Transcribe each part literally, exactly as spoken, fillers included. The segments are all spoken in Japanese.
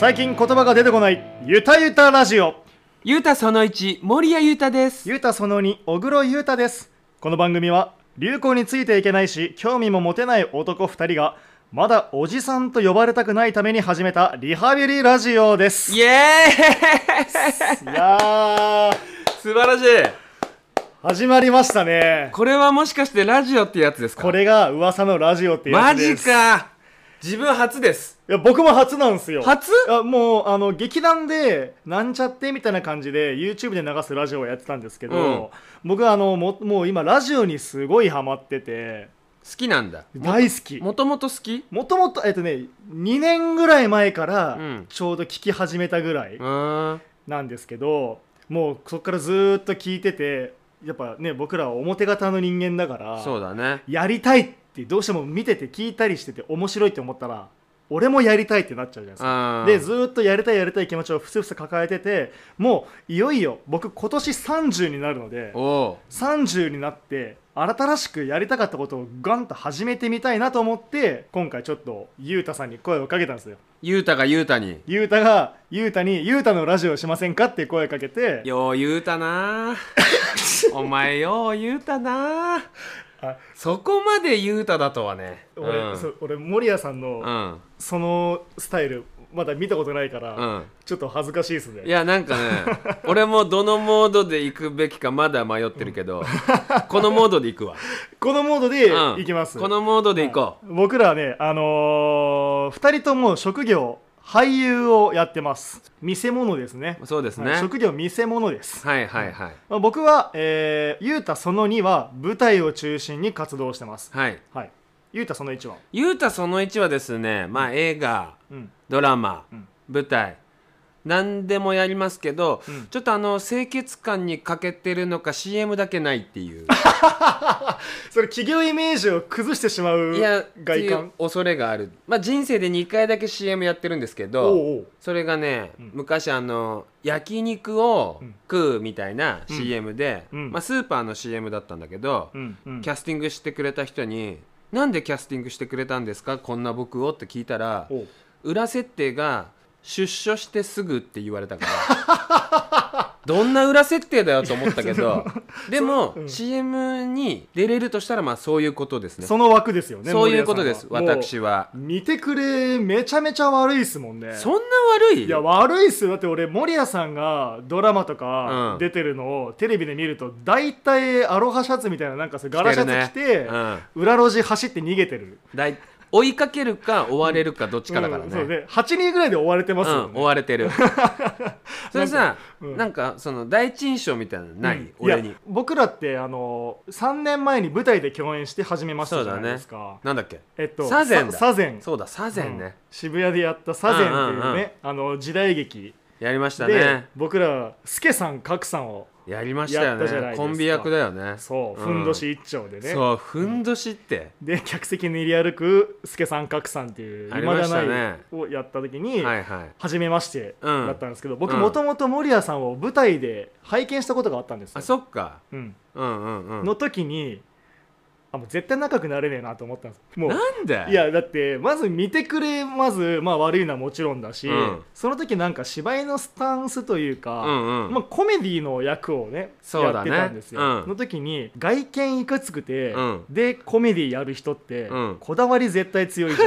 最近言葉が出てこないゆたゆたラジオ。 ゆうたそのいち、森谷ゆうたです。 ゆうたそのに、小黒ゆうたです。この番組は流行についていけないし興味も持てない男ふたりがまだおじさんと呼ばれたくないために始めたリハビリラジオです。 イエーイいやー素晴らしい。 始まりましたね。 これはもしかしてラジオってやつですか？ これが噂のラジオってやマつです。 ジか。自分初です。 いや僕も初なんですよ。 初？ いやもうあの劇団でなんちゃってみたいな感じで YouTube で流すラジオをやってたんですけど、うん、僕はあの も, もう今ラジオにすごいハマってて。 好きなんだ。 大好き。 もともと好き？ もともとえっとねにねんぐらい前からちょうど聞き始めたぐらいなんですけど、もうそこからずっと聞いてて、やっぱね僕らは表方の人間だから、 そうだね、 やりたいってどうしても見てて聞いたりしてて面白いって思ったら俺もやりたいってなっちゃうじゃないですか。でずっとやりたいやりたい気持ちをふつふつ抱えてて、もういよいよ僕今年さんじゅうになるので、さんじゅうになって新しくやりたかったことをガンと始めてみたいなと思って、今回ちょっとゆうたさんに声をかけたんですよ。 ゆうたがゆうたにゆうたがゆうたにゆうたのラジオしませんかって声かけて、 ようゆうたなお前ようゆうたなそこまでゆうただとはね。 俺、うん、そ俺守谷さんの、うん、そのスタイルまだ見たことないから、うん、ちょっと恥ずかしいですね。 いやなんかね俺もどのモードで行くべきかまだ迷ってるけど、うん、このモードで行くわ。 このモードで行きます、 うん、このモードで行こう、 はい、僕らはねあのー、ふたりとも職業俳優をやってます。見せ物ですね。 そうですね、 はい、職業見せ物です。 はいはいはい、 まあ、僕は、えー、ゆうたそのには舞台を中心に活動してます。 はい、 はい、ゆうたそのいちはゆうたそのいちはですね、まあ映画、うん、ドラマ、うん、舞台何でもやりますけど、うん、ちょっとあの清潔感に欠けてるのか シーエム だけないっていうそれ企業イメージを崩してしまう外観恐れがある。まあ人生でにかいだけ シーエム やってるんですけど、おうおうそれがね、うん、昔あの焼肉を食うみたいな シーエム で、うんまあ、スーパーの シーエム だったんだけど、うんうん、キャスティングしてくれた人になんでキャスティングしてくれたんですかこんな僕をって聞いたら、裏設定が出所してすぐって言われたからどんな裏設定だよと思ったけどでも、うん、シーエム に出れるとしたらまあそういうことですね。 その枠ですよね。 そういうことです。私は見てくれめちゃめちゃ悪いっすもんね。 そんな悪い？ いや悪いっすよ。だって俺守谷さんがドラマとか出てるのをテレビで見ると大体アロハシャツみたいななんかガラシャツ着て、ねうん、裏路地走って逃げてる。だい追いかけるか追われるかどっちかだからね、うん、そうねはちにんぐらいで追われてますよね、 うん、追われてるそれさ、うん、なんかその第一印象みたいなのない、うん、俺に。 僕らってあのさんねんまえに舞台で共演して始めましたじゃないですか。そうだね、 なんだっけ、 えっと、 サゼンだ。 サゼンそうだサゼンね、うん、 渋谷でやったサゼンっていうね、うんうんうん、あの時代劇やりましたね。 で僕らスケさんカクさんをやりましたよね。コンビ役だよね。 そう、ふんどし一丁でね。 そう、ふんどしって。 で、客席練り歩く助さん格さんっていう今じゃないをやった時に、初めましてだったんですけど、僕もともと守谷さんを舞台で拝見したことがあったんですよ。 あ、そっか。 うん。うんうんうん。の時に、あもう絶対仲良くなれねえなと思ったんです。もうなんで？ いやだってまず見てくれまずまあ悪いのはもちろんだし、うん、その時なんか芝居のスタンスというか、うんうん、まあ、コメディの役を ね, ねやってたんですよ、うん、の時に外見いかつくて、うん、でコメディやる人って、うん、こだわり絶対強いじゃん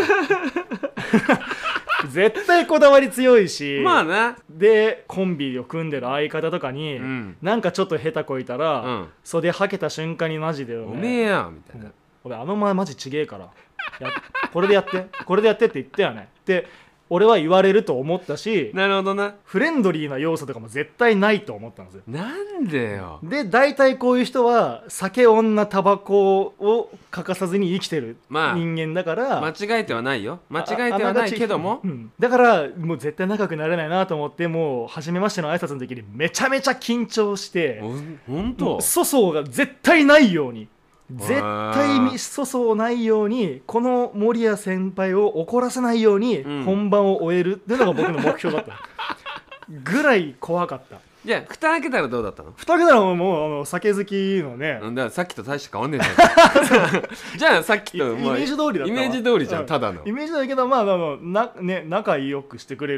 絶対こだわり強いし、 まあね、 でコンビを組んでる相方とかに、うん、なんかちょっと下手こいたら、うん、袖はけた瞬間にマジで、ね、 おめえやみたいな、 俺あの前マジちげえからやこれでやってこれでやってって言ったよねって俺は言われると思ったし、 なるほどな、 フレンドリーな要素とかも絶対ないと思ったんですよ。 なんでよ。 で大体こういう人は酒女タバコを欠かさずに生きてる人間だから、 まあ、間違えてはないよ、間違えてはないけども、 うん、だからもう絶対仲良くなれないなと思って、もう初めましての挨拶の時にめちゃめちゃ緊張して、 本当粗相が絶対ないように絶対に粗相ないようにこの守谷先輩を怒らせないように本番を終えるっていうのが僕の目標だったぐらい怖かった。 じゃあ蓋開けたらどうだったの？ 蓋開けたらもうあの酒好きのね、 だからさっきと大して変わんねえじゃんじゃあさっきとイメージ通りだったわ。 イメージ通りじゃん、ただのイメージ通りだけど、まああのな、ね、仲良くしてくれる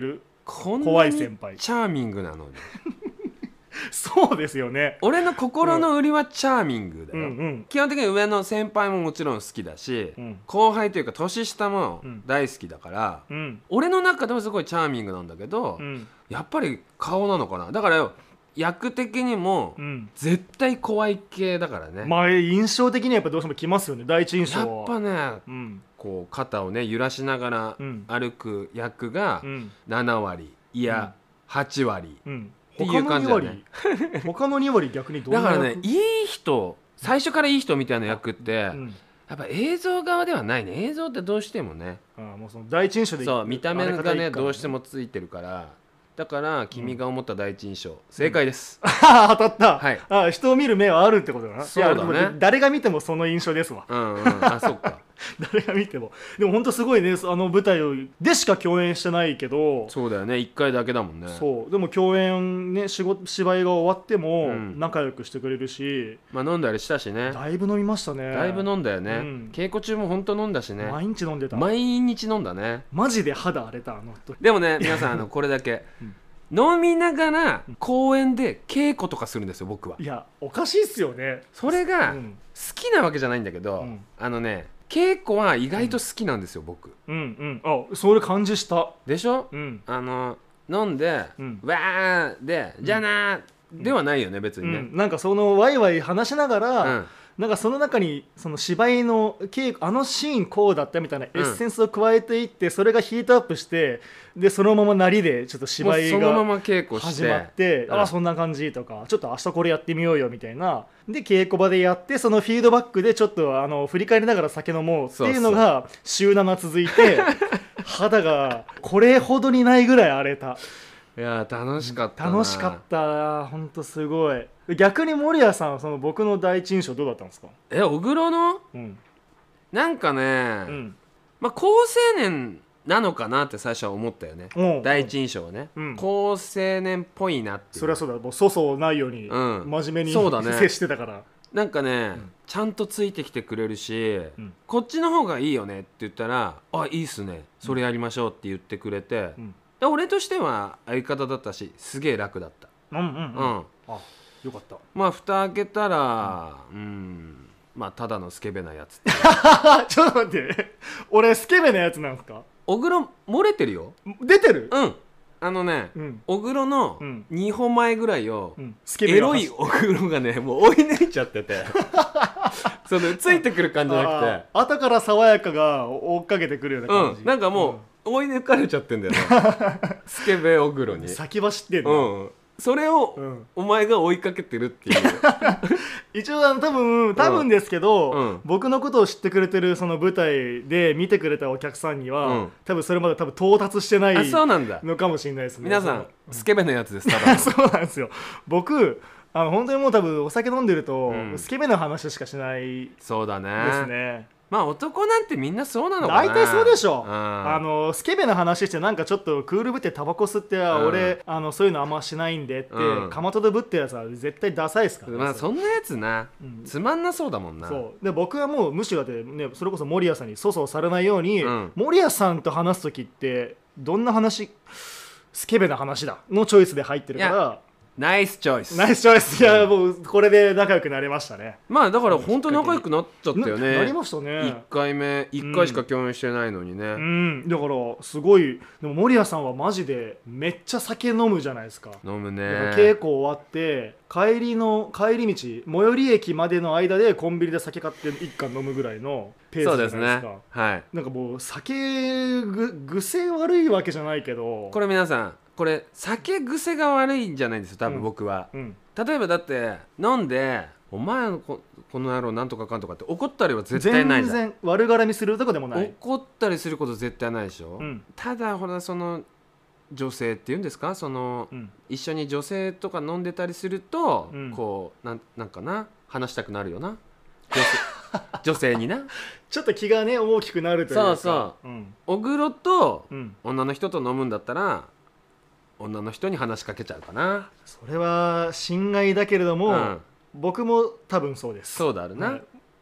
こんなにチャーミングなのにそうですよね。 俺の心の売りはチャーミングだよ、 うんうん、 基本的に上の先輩ももちろん好きだし、うん、後輩というか年下も大好きだから、うん、俺の中でもすごいチャーミングなんだけど、うん、やっぱり顔なのかな。だからよ役的にも絶対怖い系だからね、 まあ印象的にはやっぱどうしてもきますよね、第一印象は。 やっぱね、うん、こう肩をね揺らしながら歩く役がななわり、いやはちわり、うんっていう感じだね。 他のにわり逆にどうなだからね、いい人、最初からいい人みたいな役って、うん、やっぱ映像側ではないね。映像ってどうしてもね、 ああもうその第一印象でそう見た目がねどうしてもついてるから、だから君が思った第一印象、うん、正解です、 うん、当たった、はい、あ人を見る目はあるってことだな。 そうだね、 誰が見てもその印象ですわ。 うんうん、あそっか誰が見ても。でも本当すごいね、あの舞台でしか共演してないけど。 そうだよね、いっかいだけだもんね。 そうでも共演ね、仕事芝居が終わっても仲良くしてくれるし、 うん、まあ飲んだりしたしね。 だいぶ飲みましたね。 だいぶ飲んだよね、うん、稽古中も本当飲んだしね。 毎日飲んでた。 毎日飲んだね。 マジで肌荒れたあの人。 でもね皆さんあのこれだけ、うん飲みながら公園で稽古とかするんですよ僕は。 いやおかしいっすよね。 それが好きなわけじゃないんだけど、うん、あのね稽古は意外と好きなんですよ、うん、僕。 うんうんあそれ感じしたでしょ、うん、あの飲んで、うん、わーでじゃあなーではないよね別にね、うん、 なんかそのワイワイ話しながら、うんなんかその中にその芝居の稽古あのシーンこうだったみたいなエッセンスを加えていって、うん、それがヒートアップしてでそのままなりでちょっと芝居が始まってああそんな感じとかちょっと明日これやってみようよみたいなで稽古場でやってそのフィードバックでちょっとあの振り返りながら酒飲もうっていうのが週なな続いて肌がこれほどにないぐらい荒れた。 いや楽しかったな。 楽しかった本当すごい。逆に守屋さんはその僕の第一印象どうだったんですか。 え小黒の、うん、なんかね、うんまあ、高青年なのかなって最初は思ったよね、うん、第一印象はね、うん、高青年っぽいなっていう。 そりゃそうだもう粗相ないように真面目に、うん、接してたからなんかね、うん、ちゃんとついてきてくれるし、うん、こっちの方がいいよねって言ったらあいいっすねそれやりましょうって言ってくれて、うんで俺としては相方だったしすげえ楽だった。 うんうんうん、うん、あよかった。 まあ蓋開けたらうん、うん、まあただのスケベなやつちょっと待って俺スケベなやつなんすか。 小黒漏れてるよ。 出てる。 うんあのね、うん、小黒のにほんまえぐらいを、うん、エロい小黒がねもう追い抜いちゃっててそのついてくる感じじゃなくて後から爽やかが追っかけてくるような感じ、 うん、なんかもう、うん追い抜かれちゃってんだよねスケベ小黒に先走ってんだ、 うん、それを、うん、お前が追いかけてるっていう一応あの多分多分ですけど、うん、僕のことを知ってくれてるその舞台で見てくれたお客さんには、うん、多分それまで多分到達してないのかもしれないですね。 皆さんスケベなやつですただそうなんですよ。僕あの本当にもう多分お酒飲んでると、うん、スケベな話しかしないそうだねですね。 まあ男なんてみんなそうなのかな。 大体そうでしょ、うん、あのスケベな話してなんかちょっとクールぶってタバコ吸って、うん、俺あのそういうのあんましないんでって、うん、かまとでぶってやつは絶対ダサいですから、ね、 まあそんなやつな、うん、つまんなそうだもんな。 そうで僕はもうむしろで、ね、それこそ守屋さんに粗相されないように、うん、守屋さんと話す時ってどんな話スケベな話だのチョイスで入ってるからナイスチョイスナイスチョイス。いやもうこれで仲良くなれましたね。 まあだから本当仲良くなっちゃったよね。 なりましたね。 いっかいめいっかいしか共演してないのにね、 うん、うん、だからすごい。でも守屋さんはマジでめっちゃ酒飲むじゃないですか。 飲むね。 稽古終わって帰りの帰り道最寄り駅までの間でコンビニで酒買っていっかん飲むぐらいのペースじゃないですか。そうですね、はい、なんかもう酒ぐ癖悪いわけじゃないけどこれ皆さんこれ酒癖が悪いんじゃないんですよ多分僕は、うんうん、例えばだって飲んでお前の こ, この野郎なんとかかんとかって怒ったりは絶対ないじゃん。 全然悪絡みするとこでもない。 怒ったりすること絶対ないでしょ、うん、ただほらその女性っていうんですかその、うん、一緒に女性とか飲んでたりすると、うん、こう な, なんかな話したくなるよな女性, 女性になちょっと気がね大きくなるというかそうそう、うん、おぐろと女の人と飲むんだったら女の人に話しかけちゃうかな。 それは心外だけれども、うん、僕も多分そうです。 そうだあるな、はい、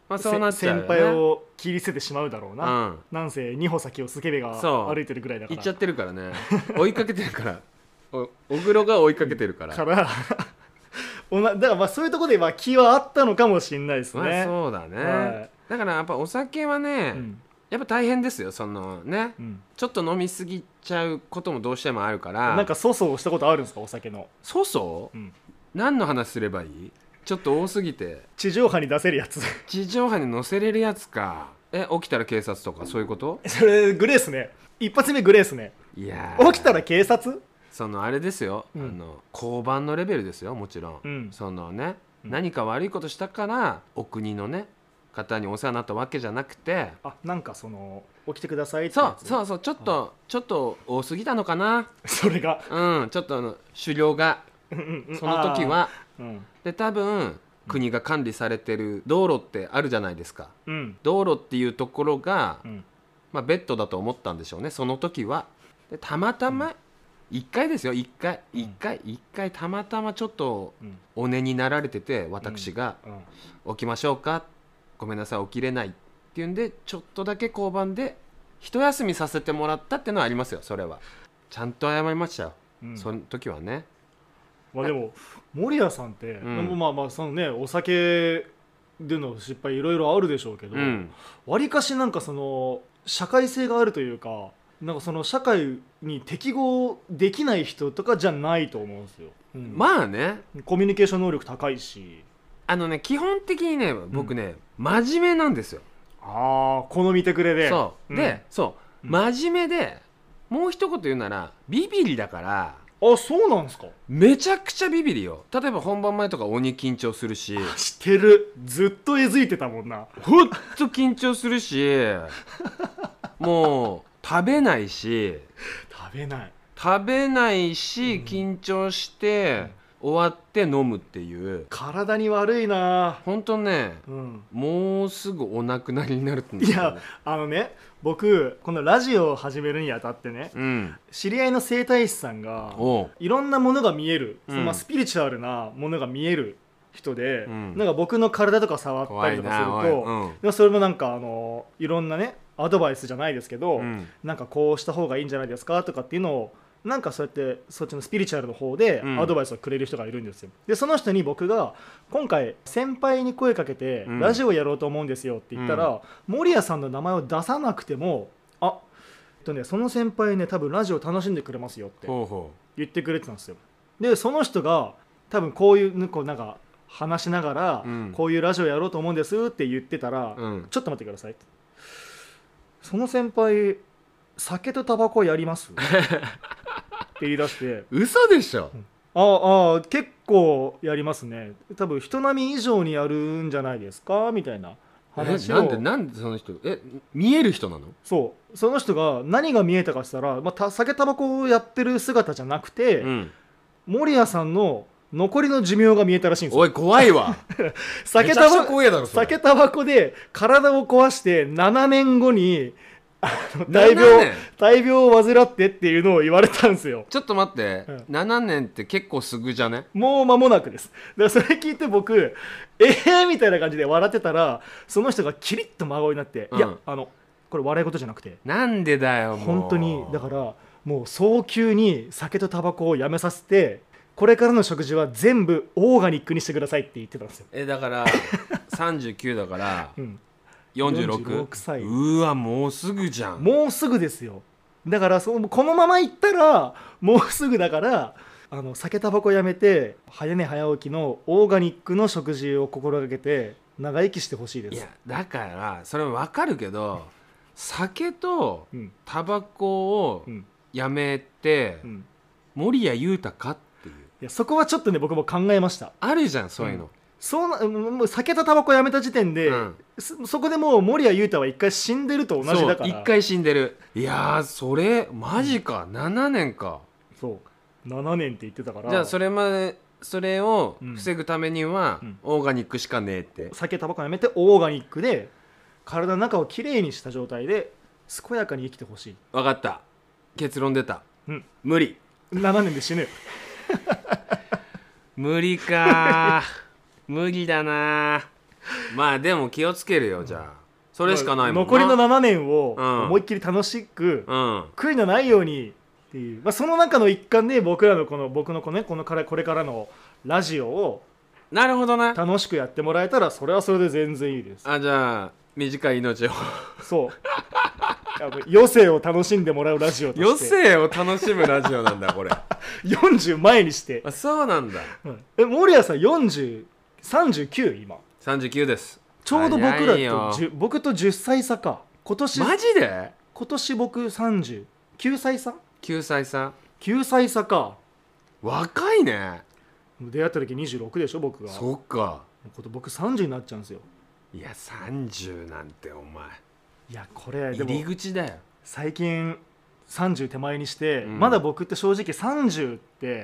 まあそうなっちゃうよね、 先輩を切り捨ててしまうだろうな、 うん、 なんせに歩先をスケベが歩いてるぐらいだから行っちゃってるからね追いかけてるからお小黒が追いかけてるからからおなだからまあそういうところでまあ気はあったのかもしれないですね、 まあ、そうだね、はい、だからやっぱお酒はね、うん、やっぱ大変ですよそのね、うん、ちょっと飲みすぎちゃうこともどうしてもあるから。 なんか粗相したことあるんですかお酒の粗相、うん、何の話すればいい？ちょっと多すぎて地上波に出せるやつ地上波に載せれるやつか。え起きたら警察とかそういうこと？ それグレースね。一発目グレースね。 いや起きたら警察？ そのあれですよ、うん、あの交番のレベルですよもちろん、うん、そのね、うん、何か悪いことしたからお国のね方にお世話になったわけじゃなくて、 あなんかその起きてくださいってそうそうそうちょっとちょっと多すぎたのかなそれがうんちょっとあの狩猟がその時は、うん、で多分国が管理されてる道路ってあるじゃないですか、うん、道路っていうところが、うんまあ、ベッドだと思ったんでしょうねその時は。でたまたま、うんいっかいですよいっかいいっかいいっかいたまたまちょっとお寝になられてて私が起きましょうかごめんなさい起きれないっていうんでちょっとだけ交番で一休みさせてもらったっていうのはありますよ。それはちゃんと謝りましたよ、うん、その時はね。 まあでも守屋さんって、うん、まあまあそのねお酒での失敗いろいろあるでしょうけどわり、うん、かしなんかその社会性があるというかなんかその社会に適合できない人とかじゃないと思うんですよ、 うん、まあねコミュニケーション能力高いしあのね基本的にね僕ね、うん、真面目なんですよ。 ああ好みてくれでそう、うん、でそう、うん、真面目でもう一言言うならビビリだからあそうなんですか。 めちゃくちゃビビリよ。例えば本番前とか鬼緊張するししてるずっとえずいてたもんなほんと緊張するしもう食べないし食べない食べないし、うん、緊張して、うん、終わって飲むっていう体に悪いなほんとね、うん、もうすぐお亡くなりになるってんですよ、ね、いやあのね僕このラジオを始めるにあたってね、うん、知り合いの整体師さんがいろんなものが見える、うんそのまあ、スピリチュアルなものが見える人で、うん、なんか僕の体とか触ったりとかすると、うん、それもなんかあのいろんなねアドバイスじゃないですけど、うん、なんかこうした方がいいんじゃないですかとかっていうのをなんかそうやってそっちのスピリチュアルの方でアドバイスをくれる人がいるんですよ。でその人に僕が今回先輩に声かけてラジオやろうと思うんですよって言ったら、うん、守屋さんの名前を出さなくてもあえっとねその先輩ね多分ラジオ楽しんでくれますよって言ってくれてたんですよ。でその人が多分こういうこうなんか話しながら、うん、こういうラジオやろうと思うんですって言ってたら、うん、ちょっと待ってくださいってその先輩酒とタバコやりますって言い出して嘘でしょ、うん、 ああ結構やりますね多分人並み以上にやるんじゃないですかみたいな話を。 えなんでなんでその人え見える人なの？ そうその人が何が見えたかって言ったら、まあ、た酒タバコをやってる姿じゃなくて、うん、守屋さんの残りの寿命が見えたらしいんですよ。 おい怖いわ酒タバコ酒タバコで体を壊してななねんごにあの大病大病を患ってっていうのを言われたんですよ。 ちょっと待って、うん、ななねんって結構すぐじゃね？ もう間もなくです。でそれ聞いて僕えーみたいな感じで笑ってたらその人がキリッと真顔になって、うん、いやあのこれ笑い事じゃなくてなんでだよもう本当にだからもう早急に酒とタバコをやめさせてこれからの食事は全部オーガニックにしてくださいって言ってたんですよ。 えだからさんじゅうきゅうだから、うん、よんじゅうろく? よんじゅうろくさいうわもうすぐじゃん。 もうすぐですよ。だからそのこのままいったらもうすぐだからあの酒タバコやめて早寝早起きのオーガニックの食事を心がけて長生きしてほしいです。 いやだからそれは分かるけど、うん、酒とタバコをやめて、うんうん、守谷裕太かっていういやそこはちょっとね僕も考えました。 あるじゃんそういうの、うん、 そうなもう酒とタバコやめた時点で、うん、そ, そこでもう守谷裕太は一回死んでると同じだからそう一回死んでる。いやーそれマジか、うん、ななねんか。 そうななねんって言ってたから。 じゃあそれまでそれを防ぐためには、うん、オーガニックしかねえって。 酒タバコやめてオーガニックで体の中をきれいにした状態で健やかに生きてほしい。 分かった結論出た、うん、無理ななねんで死ぬ無理か無理だなまあでも気をつけるよじゃあ、うん、それしかないもんな。 残りのななねんを思いっきり楽しく、うん、悔いのないようにっていう、まあ、その中の一環で僕らのこの僕のこの、ね、このからこれからのラジオをなるほどな楽しくやってもらえたらそれはそれで全然いいです。 あ、じゃあ短い命をそう余生を楽しんでもらうラジオとして余生を楽しむラジオなんだこれよんじゅう前にして。 あ、そうなんだ、 うん、え守谷さんよんじゅう、さんじゅうきゅう今さんじゅうきゅうです。 ちょうど僕らと僕とじゅっさい差か。今年マジで今年僕さんじゅうきゅうさい差きゅうさい差きゅうさい差か。 若いね。 出会った時にじゅうろくでしょ僕が。 そっか。 僕さんじゅうになっちゃうんですよ。 いやさんじゅうなんてお前、 いやこれでも入り口だよ。 最近さんじゅう手前にして、うん、まだ僕って正直さんじゅうって、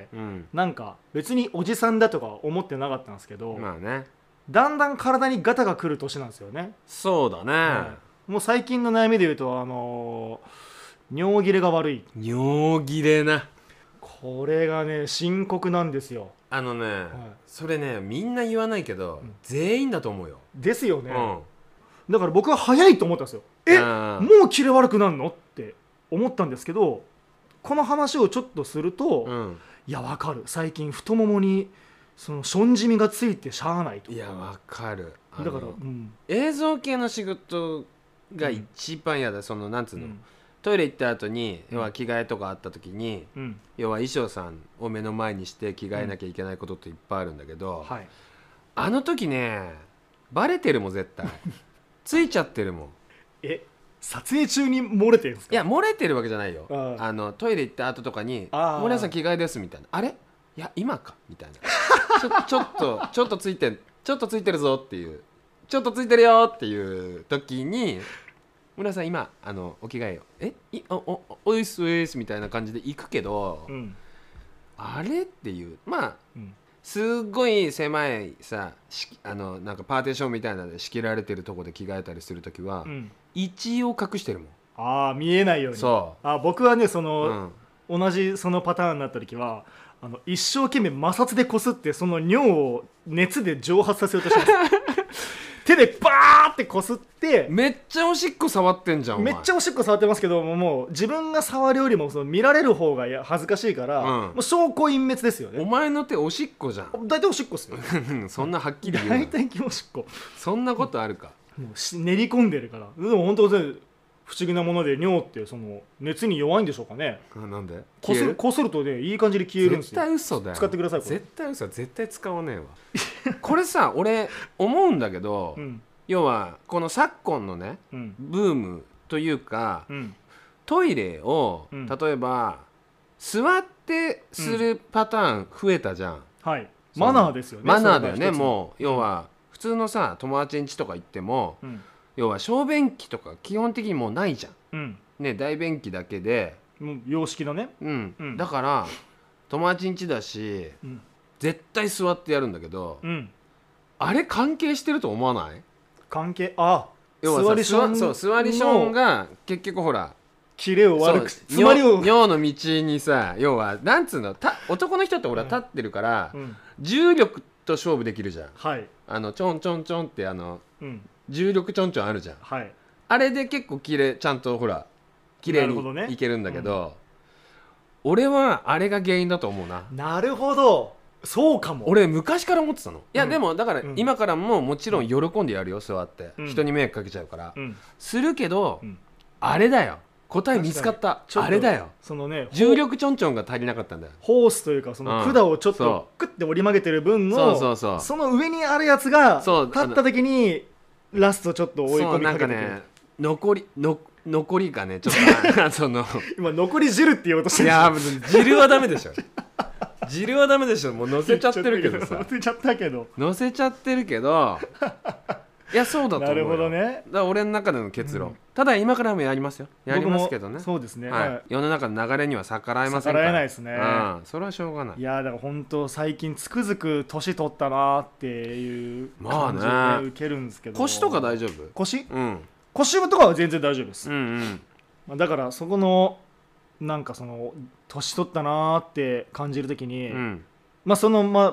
うん、なんか別におじさんだとか思ってなかったんですけど、 まあね、 だんだん体にガタが来る年なんですよね。 そうだね、 うん、もう最近の悩みで言うとあのー、尿切れが悪い。 尿切れな。 これがね深刻なんですよ。 あのね、はい、それねみんな言わないけど、うん、全員だと思うよ。 ですよね、 うん、 だから僕は早いと思ったんですよ。え、もう切れ悪くなるのって思ったんですけど、この話をちょっとすると、うん、いやわかる、最近太ももにそのしょんじみがついてしゃあないとか。 いやわかる。 だから、うん、 映像系の仕事が一番嫌だ、うん、そのなんつうの、うん、トイレ行った後に、要は着替えとかあった時に、うん、要は衣装さんを目の前にして着替えなきゃいけないことっていっぱいあるんだけど、うん、はい、あの時ねバレてるもん絶対ついちゃってるもん。 え、撮影中に漏れてるんですか？ いや漏れてるわけじゃないよ。ああのトイレ行った後とかに森谷さん着替えですみたいな、あれいや今かみたいなちょ, ちょっとちょっとついてちょっとついてるぞっていう、ちょっとついてるよっていう時に森谷さん今あのお着替えよ、えいおおおいすおいすみたいな感じで行くけど、うん、あれっていう、まあ、うん、すっごい狭いさあのなんかパーテーションみたいなので仕切られてるとこで着替えたりするときは、うん、一応隠してるもん。 ああ見えないように。そうあ僕はねその、うん、同じそのパターンになった時はあの一生懸命摩擦でこすってその尿を熱で蒸発させようとします手でバーってこすって。 めっちゃおしっこ触ってんじゃん。 めっちゃおしっこ触ってますけどもう自分が触るよりもその見られる方が恥ずかしいから、うん、もう証拠隠滅ですよね。 お前の手おしっこじゃん。 大体おしっこっすよそんなはっきり言うな。 大体おしっこそんなことあるか。 もう練り込んでるから。でも本当に不思議なもので尿ってその熱に弱いんでしょうかね。 あ、なんでこする、こするとねいい感じで消えるんですよ。 絶対嘘だよ。 使ってくださいこれ。 絶対嘘。絶対使わねえわこれさ俺思うんだけど、うん、要はこの昨今のね、うん、ブームというか、うん、トイレを、うん、例えば座ってするパターン増えたじゃん、 うん、はい、マナーですよね。 マナーだよね。もう要は普通のさ友達ん家とか行っても、うん、要は小便器とか基本的にもうないじゃん、うん、ね、大便器だけでもう洋式のね、 うんうん、だから友達ん家だし、うん、絶対座ってやるんだけど、うん、あれ関係してると思わない？ 関係、あ、 要は座りション、そう座りションが結局ほらキレを悪く詰まりを尿の道にさ、要はなんつうのた男の人ってほら立ってるから、うん、重力と勝負できるじゃん、はい、あのちょんちょんちょんってあの、うん、重力ちょんちょんあるじゃん、はい、あれで結構きれちゃんとほらきれいにいけるんだけど、ね、うん、俺はあれが原因だと思うな。 なるほど、そうかも。 俺昔から思ってたの。いや、うん、でもだから今からももちろん喜んでやるよ、座って、うん、人に迷惑かけちゃうから、うん、するけど、うん、あれだよ、答え見つかった。あれだよ、そのね重力ちょんちょんが足りなかったんだよ。 ホースというかその管をちょっとクッて折り曲げてる分の、そうそうそう、その上にあるやつが立った時にラストちょっと追い込みかけてくる。そう、なんかね残りの残りがねちょっとその今残り汁って言おうとしてる。 いや汁はダメでしょ汁はダメでしょ。もう乗せちゃってるけどさ乗せちゃったけど乗せちゃってるけどいやそうだと思うよ。なるほどね。だから俺の中での結論、うん、ただ今からもやりますよ。やりますけどね。 そうですね、 はいはい、世の中の流れには逆らえませんから。 逆らえないですね、 うん、それはしょうがない。 いやだから本当最近つくづく年取ったなっていう感じを、ね、まあね、受けるんですけど。 腰とか大丈夫？ 腰、 うん、 腰とかは全然大丈夫です、うんうん、 だからそこのなんかその年取ったなって感じるときに、うん、まあそのまあ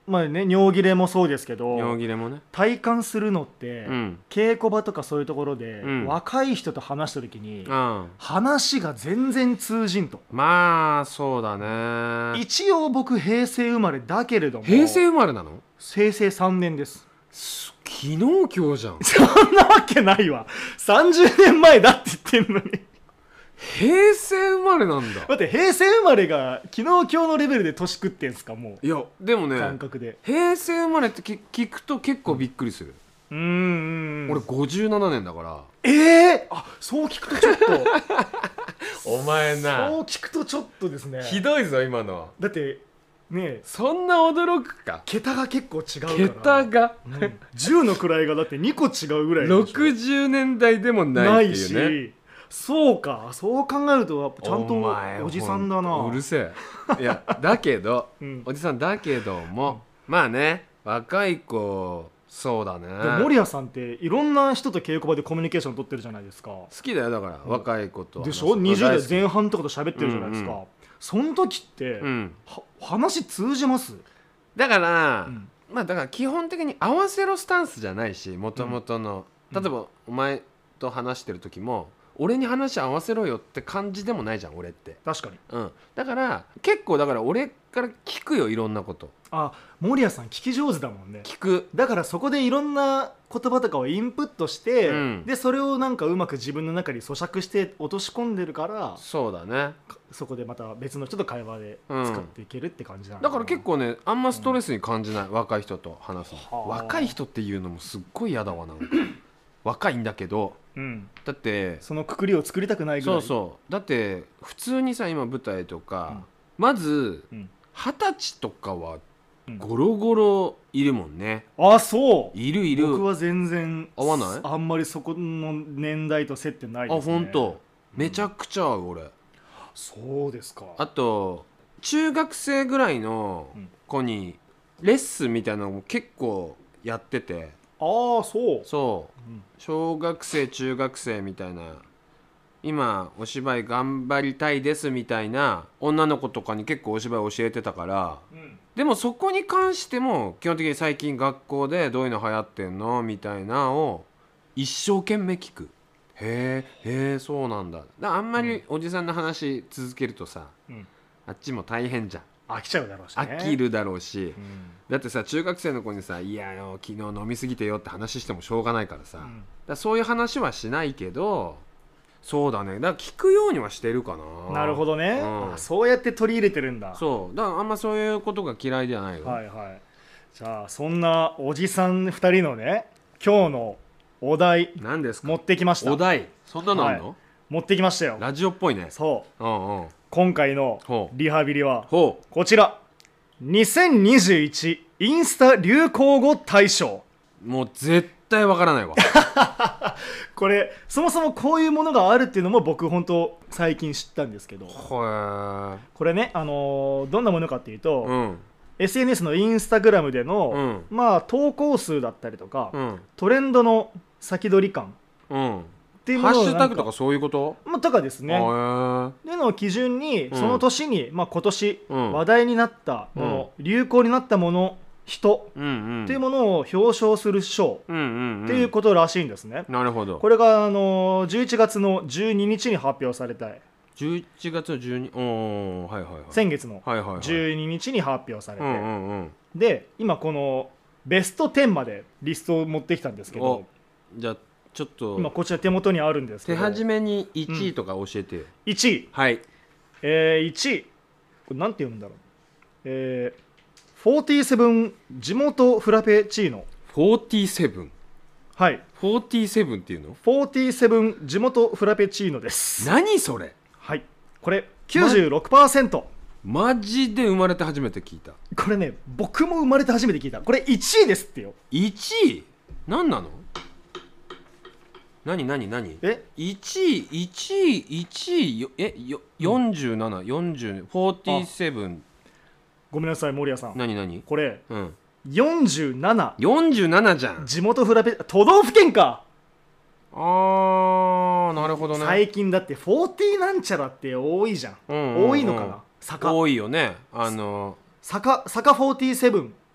まあね尿切れもそうですけど尿切れもね体感するのって、うん、稽古場とかそういうところで、うん、若い人と話した時に、うん、話が全然通じんと。 まあそうだね。 一応僕平成生まれだけれども。 平成生まれなの？ 平成さんねんです。 昨日今日じゃん。 そんなわけないわ。さんじゅうねんまえだって言ってんのに。 平成生まれなんだ。 待って、平成生まれが昨日今日のレベルで年食ってんすか？もう。 いやでもね感覚で平成生まれって聞くと結構びっくりする。 うんうんうん。 俺ごじゅうななねんだから。 ええー、あ、そう聞くとちょっとお前な、 そう聞くとちょっとですね。 ひどいぞ今のは。 だってね、 そんな驚くか。 桁が結構違うから。 桁が、 うん、じゅうの位がだってにこ違うぐらいでしょ。 ろくじゅうねんだいでもないっていうね。ないし、 そうか、そう考えるとちゃんとおじさんだな。 うるせえ。いやだけど、うん、おじさんだけども、うん、まあね、若い子そうだね。でも守屋さんっていろんな人と稽古場でコミュニケーション取ってるじゃないですか。 好きだよだから、うん、若い子とでしょ。にじゅうだいぜん半とかと喋ってるじゃないですか、うんうん、その時って、うん、話通じます？ だから、うん、まあだから基本的に合わせろスタンスじゃないし、もともとの、うん、例えばお前と話してる時も俺に話合わせろよって感じでもないじゃん俺って。 確かに、 うん、だから結構だから俺から聞くよ、いろんなこと。 あ、守屋さん聞き上手だもんね。 聞く。 だからそこでいろんな言葉とかをインプットして、うん、でそれをなんかうまく自分の中に咀嚼して落とし込んでるから、 そうだね、 そこでまた別の人と会話で使っていけるって感じなの、 うん、だから結構ねあんまストレスに感じない、うん、若い人と話すの。若い人っていうのもすっごい嫌だわなんか若いんだけど、うん、だってそのくくりを作りたくないぐらい。 そうそう、だって普通にさ今舞台とか、うん、まず二十、うん、歳とかはゴロゴロいるもんね。 あ、そう。 いるいる。 僕は全然合わない。 あんまりそこの年代と接点ないですね。 あ、本当。めちゃくちゃ合う俺。 そうですか。 あと中学生ぐらいの子にレッスンみたいなのも結構やってて。 ああ、そうそう、うん、小学生中学生みたいな、今お芝居頑張りたいですみたいな女の子とかに結構お芝居教えてたから、うん、でもそこに関しても基本的に最近学校でどういうの流行ってんのみたいなのを一生懸命聞く。へえ、へえ、そうなんだ。だからあんまりおじさんの話続けるとさ、うん、あっちも大変じゃん。 飽きちゃうだろうし、ね、 飽きるだろうし、うん、だってさ中学生の子にさいやよ昨日飲みすぎてよって話してもしょうがないからさ、うん、だそういう話はしないけど、そうだね、だから聞くようにはしてるかな。 なるほどね、うん、そうやって取り入れてるんだ。 そうだからあんまそういうことが嫌いではないよ。 はいはい。じゃあそんなおじさんふたりのね今日のお題何ですか？ 持ってきました。 お題そんなのあるの？はい、 持ってきましたよ。 ラジオっぽいね。 そう、 うんうん、 今回のリハビリはこちら、にせんにじゅういちインスタ流行語大賞。 もう絶対わからないわこれそもそもこういうものがあるっていうのも僕本当最近知ったんですけど、 これね、あのー、どんなものかっていうと、うん、エスエヌエス のインスタグラムでの、うん、まあ投稿数だったりとか、うん、トレンドの先取り感、うんっていうものハッシュタグとかそういうこと、 まあ、とかですね。での基準にその年に、うんまあ、今年話題になったもの、うん、流行になったもの、人、うんうん、っていうものを表彰する賞、うんうんうん、っていうことらしいんですね。 なるほど。 これがあのじゅういちがつのじゅうににちに発表されたじゅういちがつのじゅうに、おー、はいはいはい、 先月のじゅうににちに発表されて、はいはいはい、で今このベストじゅうまでリストを持ってきたんですけど、 じゃあちょっと今こちら手元にあるんですけど、 手始めにいちいとか教えてよ、うん、 いちい、 はい、 えー、いちいこれなんて読むんだろう、えー、よんじゅうなな地元フラペチーノ。 よんじゅうなな、 はい、 よんじゅうななっていうの？ よんじゅうなな地元フラペチーノです。 何それ？ はい、これ きゅうじゅうろくパーセント、 ま、マジで生まれて初めて聞いた。 これね僕も生まれて初めて聞いた。これいちいですってよ。 いちい？何なの？何何何？えいちいいちいいちいえよよんじゅうなな、よんじゅう、よんじゅうなな。 ごめんなさい守屋さん。 何何？ これ、うん、よんじゅうなな。 よんじゅうななじゃん。 地元フラペ都道府県か。 あーなるほどね。 最近だってよんじゅうなんちゃらって多いじゃん、うんうんうん、多いのかな。坂多いよね。あの坂坂よんじゅうなな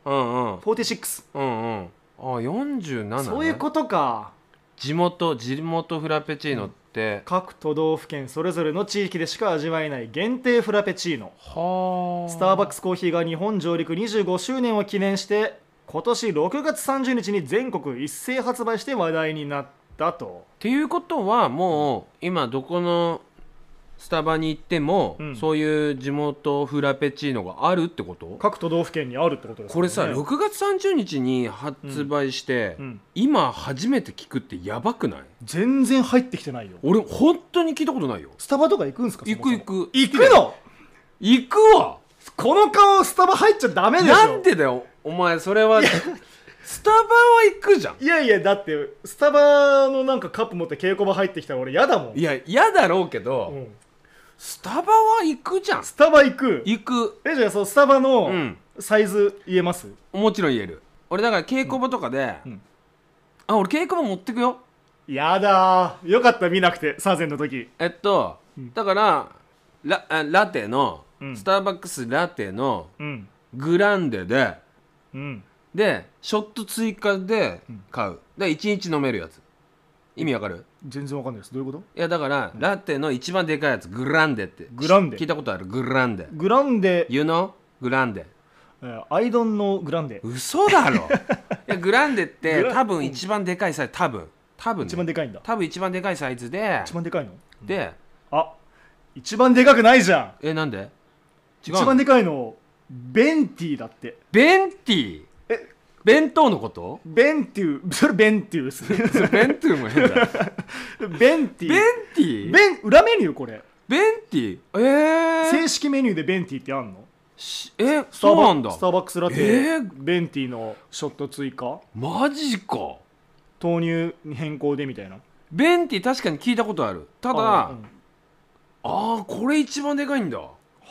うんうん、 フォーティシックス、 うんうん、あよんじゅうなな、ね、 そういうことか。 地元地元フラペチーノって、 うん、各都道府県それぞれの地域でしか味わえない限定フラペチーノ。はスターバックスコーヒーが日本上陸にじゅうごしゅうねんを記念して今年ろくがつさんじゅうにちに全国一斉発売して話題になったと。 っていうことはもう今どこのスタバに行っても、うん、そういう地元フラペチーノがあるってこと？ 各都道府県にあるってことですかね。 これさろくがつさんじゅうにちに発売して、うんうん、今初めて聞くってやばくない？ 全然入ってきてないよ。 俺本当に聞いたことないよ。 スタバとか行くんすか？ 行く行く行くの？行くわ。この顔スタバ入っちゃダメでしょ。 なんでだよお前。それはスタバは行くじゃん。 いやいやだってスタバのなんかカップ持って稽古場入ってきたら俺嫌だもん。 いや嫌だろうけど、うん、スタバは行くじゃん。 スタバ行く行く。 えじゃあそのスタバのサイズ言えます？ うん、もちろん言える。俺だから稽古場とかで、うんうん、あ俺稽古場持ってくよ。 やだーよかった見なくてサーゼンの時。 えっと、うん、だからラ, ラテの、うん、スターバックスラテのグランデで、うん、でショット追加で買う。でいちにち飲めるやつ。意味わかる？ 全然わかんないです。どういうこと？ いやだから、うん、ラテの一番でかいやつグランデって。 グランデ聞いたことある？グランデ。 グランデ You know? グランデ。 アイドンのグランデ。 嘘だろ。いやグランデって多分一番でかいサイズ。多分多分、ね、 一番でかいんだ。 多分一番でかいサイズで。 一番でかいの？ で、 うん、あ一番でかくないじゃん。 えなんで？ 違うの？一番でかいのベンティーだって。 ベンティー？え弁当のこと？ ベンティーそれベンティーですね。 ベンティーも変だ。 ベンティー。 ベンティー？ ベン裏メニューこれ。 ベンティー？えー、 正式メニューでベンティーってあんの？ えそうなんだ。 スターバックスラテ、えー、ベンティーのショット追加。 マジか。 豆乳に変更でみたいな。 ベンティー確かに聞いたことある。ただあ、うん、あーこれ一番でかいんだ。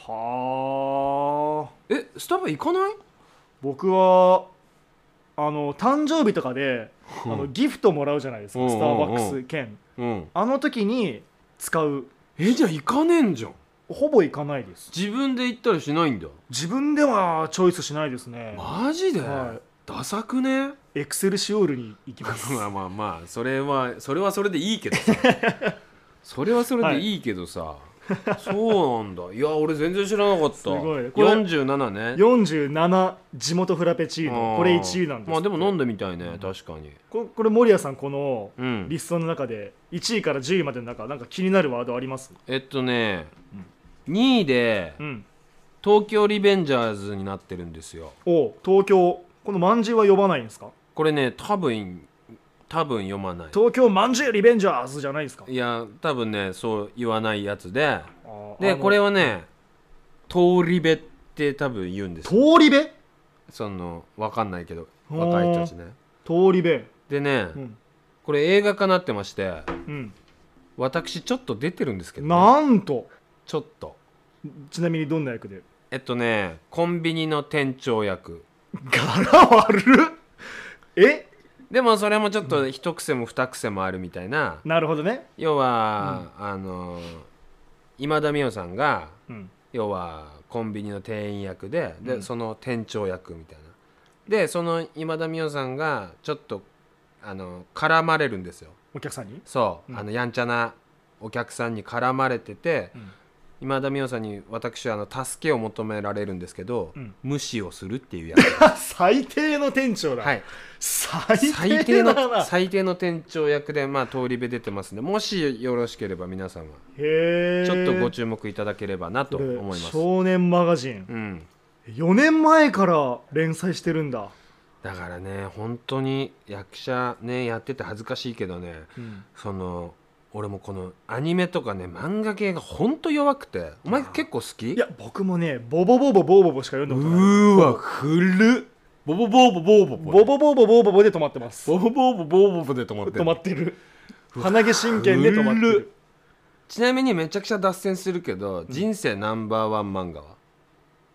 はあ。えスタバ行かない？ 僕はあの誕生日とかで、うん、あのギフトもらうじゃないですか、うん、スターバックス券、うん、あの時に使う。 えじゃあ行かねえんじゃん。 ほぼ行かないです。 自分で行ったりしないんだ。 自分ではチョイスしないですね。 マジで、はい、ダサくね。 エクセルシオールに行きます。 まあまあまあそれはそれはそれでいいけどさそれはそれでいいけどさ、はい、そうなんだ。いや俺全然知らなかった。すごい。よんじゅうななね。 よんじゅうなな地元フラペチーノ。これいちいなんです。 まあでも飲んでみたいね、うん、確かに。 こ れ, これ守谷さんこのリストの中でいちいからじゅういまでの中なんか気になるワードあります？ えっとね、うん、にいで、うん、東京リベンジャーズになってるんですよ。 お東京。このまんじゅうは呼ばないんですか？ これね多分多分読まない。 東京まんじゅうリベンジャーズじゃないですか？ いや多分ねそう言わないやつで、でこれはね通り部って多分言うんです。 通り部？ その分かんないけど若い人たちね。 通り部でね、うん、これ映画化なってまして、うん、私ちょっと出てるんですけど、ね、 なんとちょっと。 ちなみにどんな役で？ えっとねコンビニの店長役。 柄悪っ。えでもそれもちょっと一癖も二癖もあるみたいな。 なるほどね。 要は、うん、あの今田美桜さんが、うん、要はコンビニの店員役で、で、うん、その店長役みたいな。でその今田美桜さんがちょっとあの絡まれるんですよお客さんに。 そう、うん、あのやんちゃなお客さんに絡まれてて、うん、今田美桜さんに私はあの助けを求められるんですけど、うん、無視をするっていうやつ。 最低の店長だ。はい、最低だな。 最低の最低の店長役で、まあ、通り部出てますんで、もしよろしければ皆さんはへちょっとご注目いただければなと思います。 少年マガジン、うん、よねんまえから連載してるんだ。 だからね本当に役者ねやってて恥ずかしいけどね、うん、その俺もこのアニメとかね漫画系がほんと弱くて。お前結構好き？ いや僕もねボボボボボボボしか読んだことない。 うーわ古っ。ボボボボボボボボボボボボボボで止まってます。 ボボボボボボボで止まってる。 止まってる。鼻毛真剣で止まってる。 ちなみにめちゃくちゃ脱線するけど、うん、人生ナンバーワン漫画は？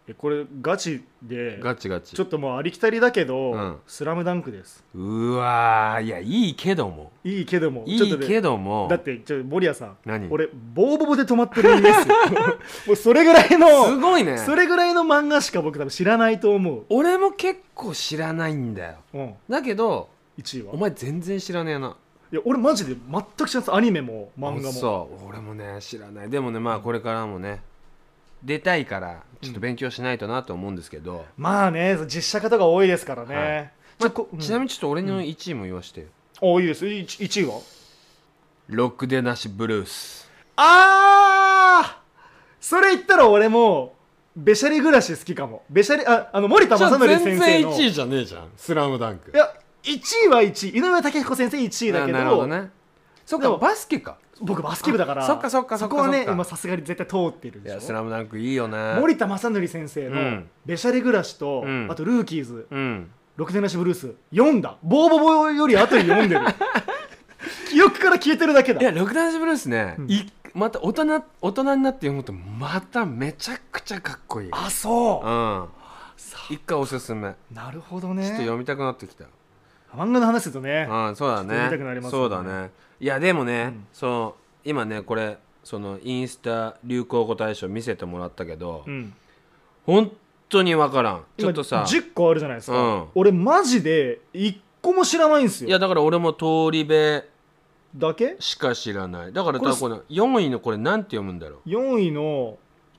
これガチでガチガチちょっともうありきたりだけど、 うん、 スラムダンクです。 うわー、いやいいけどもいいけどもいいけどもだってちょ守谷さん、 何俺ボーボボで止まってるんですよもうそれぐらいのすごいね、 それぐらいの漫画しか僕多分知らないと思う。 俺も結構知らないんだよ、うん、だけどいちいはお前全然知らねえな。 いや俺マジで全く知らない。アニメも漫画も。 そう俺もね知らない。でもねまあこれからもね出たいからちょっと勉強しないとなと思うんですけど、 うん、まあね実写化とか多いですからね、はいまあうん、ちなみにちょっと俺のいちいも言わしてよ、 うん、おいいです。 いちいはロックでなしブルース。 あーそれ言ったら俺もべしゃり暮らし好きかも。べしゃりああの森田正則先生の全然いちいじゃねえじゃんスラムダンク。 いやいちいはいちい、井上武彦先生いちいだけど、 なるほどね。そっかバスケか。 僕バスケ部だからそっかそっかそっかそこはね今さすがに絶対通ってるでしょ。 いやスラムダンクいいよね。 森田正則先生のべしゃり暮らしと、うん、あとルーキーズ、うん、ろくでなしブルース読んだ。ボーボボより後に読んでる記憶から消えてるだけだ。 いやろくでなしブルースね、うん、いまた大人大人になって読むとまためちゃくちゃかっこいい。 あそう、うん、 一回おすすめ。 なるほどね。 ちょっと読みたくなってきた。 漫画の話するとね、 うん、そうだね。 読みたくなりますよね。 そうだね。いやでもね、うん、そう今ねこれそのインスタ流行語大賞見せてもらったけど、うん、本当に分からん。ちょっとさじゅっこあるじゃないですか、うん、俺マジでいっこも知らないんですよ。 いやだから俺も通り部だけしか知らない。だから多分このよんいのこれなんて読むんだろう。 よんいの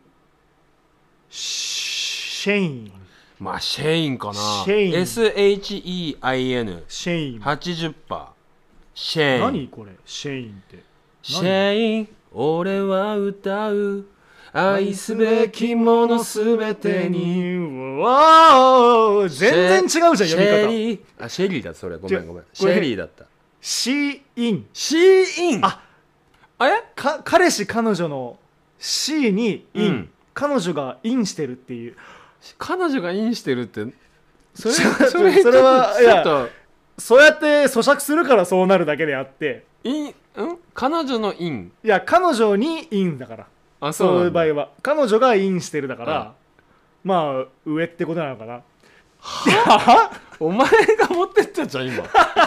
シェイン、 まあシェインかな。 シェインエスエイチイーアイエヌシェインはちじゅっパーセント シェイン。 何これシェインってシェイン俺は歌う愛すべきものすべてに。 わー全然違うじゃん読み方。 シェリーあシェリーだそれごめんごめんシェリーだった。 シーインシーインああれか彼氏彼女の C にイン、うん、彼女がインしてるっていう。 彼女がインしてるってそれそれそれはいやそうやって咀嚼するからそうなるだけであってインん彼女のインいや彼女にインだから。あそうそういう場合は彼女がインしてるだから、うん、まあ上ってことなのかな。 はお前が持ってったじゃん今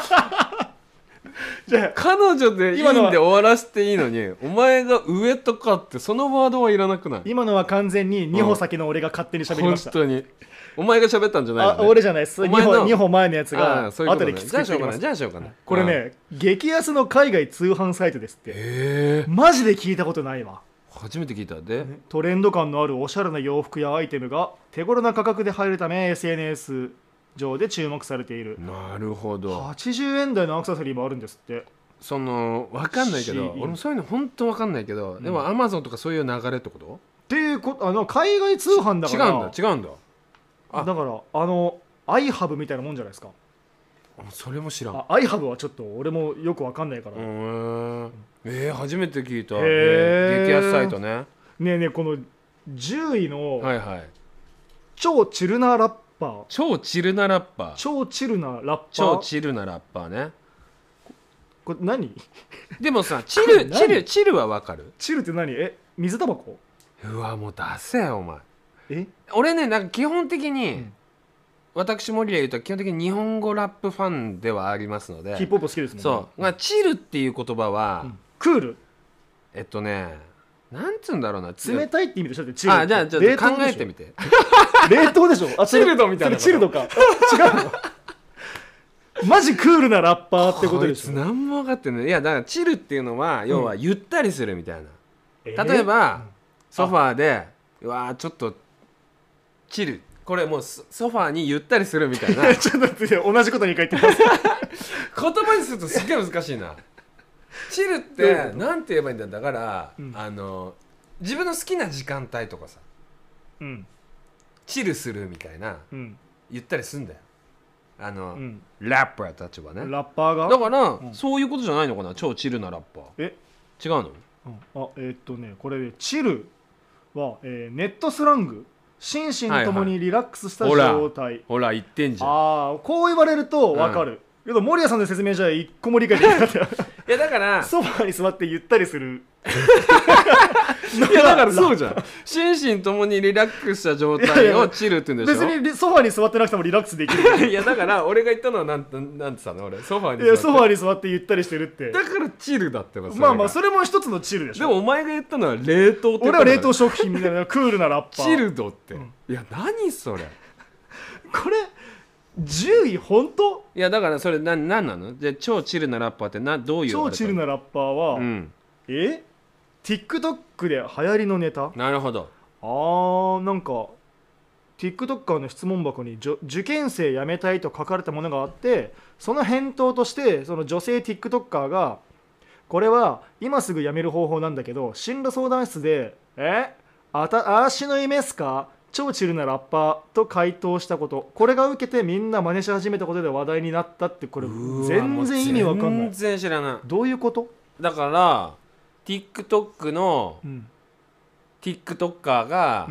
じゃあ彼女でいいんで終わらせていいのにお前が上とかってそのワードはいらなくない？ 今のは完全にに歩先の俺が勝手に喋りました、 うん、本当にお前が喋ったんじゃないの、ね、 あ俺じゃないです。 に歩, に歩前のやつがそういうこと、ね、 後できつくしてきます。 じゃあしょうかないこれね激安の海外通販サイトですって。 へーマジで聞いたことないわ。 初めて聞いたで、 ね、トレンド感のあるおしゃれな洋服やアイテムが手頃な価格で入るため エスエヌエス 上で注目されている。 なるほど。 はちじゅうえん台のアクセサリーもあるんですって。 その分かんないけど俺もそういうの本当分かんないけど、うん、でもアマゾンとかそういう流れってことっていうことあの海外通販だから違うんだ違うんだあだからあのアイハブみたいなもんじゃないですか。 それも知らん。 アイハブはちょっと俺もよく分かんないから。 うんえー、初めて聞いた。えー、激安サイトね。 ねえねえこのじゅういの、 はいはい、 超チルなラッパー超チルなラッパー超チルなラッパー超チルなラッパーね。 これ何でもさチルチルチルはわかる。 チルって何？え水タバコ？ うわもう出せよお前。 え俺ねなんか基本的に、うん、私森で言うと基本的に日本語ラップファンではありますのでヒップホップ好きですもんね。 そう、まあ、チルっていう言葉は、うん、 クールえっとねなんつうんだろうな冷たいって意味でしょってチルって。 あじゃあじゃあ考えてみて冷凍でしょあチルドみたいなチルドか違うのマジクールなラッパーってことでしょ。 こいつ何も分かってんね。いやだからチルっていうのは要はゆったりするみたいな、うん、例えば、うん、ソファーでうわーちょっとチルこれもうソファーにゆったりするみたいなちょっと待って同じことに書いてます言葉にするとすげえ難しいなチルってなんて言えばいいんだ。だから、うん、あの自分の好きな時間帯とかさ、うん、チルするみたいな、うん、ゆったりすんだよあの、うん、ラッパーたちはね。 ラッパーがだから、うん、そういうことじゃないのかな超チルなラッパー。 え違うの、 うん、あえー、っとねこれチルは、えー、ネットスラング心身ともにリラックスした状態、はいはい、 ほら言ってんじゃん。 ああこう言われると分かる、うん、けど守屋さんの説明じゃ一個も理解できなかったいやだからソファーに座ってゆったりするいやだからそうじゃん心身ともにリラックスした状態をチルって言うんでしょ。 別にソファーに座ってなくてもリラックスできるいやだから俺が言ったのはなんてなんてさの俺ソファーに座って、 いやソファーに座ってゆったりしてるって。 だからチルだってこと。 まあまあそれも一つのチルでしょ。 でもお前が言ったのは冷凍って。 俺は冷凍食品みたいなクールなラッパーチルドって、 うん、 いや何それこれじゅうい本当？ いやだからそれな何なの。で超チルなラッパーってなどういう超チルなラッパーは、うん、えTikTok で流行りのネタ。 なるほど。 あーなんか TikToker の質問箱に受験生辞めたいと書かれたものがあって、その返答としてその女性 TikToker がこれは今すぐ辞める方法なんだけど進路相談室でえあた足の夢っすか超チルなラッパーと回答したこと、これが受けてみんな真似し始めたことで話題になったって。これ全然意味わかんない。 全然知らない。 どういうこと？だから TikTok の、うん、TikToker が、うん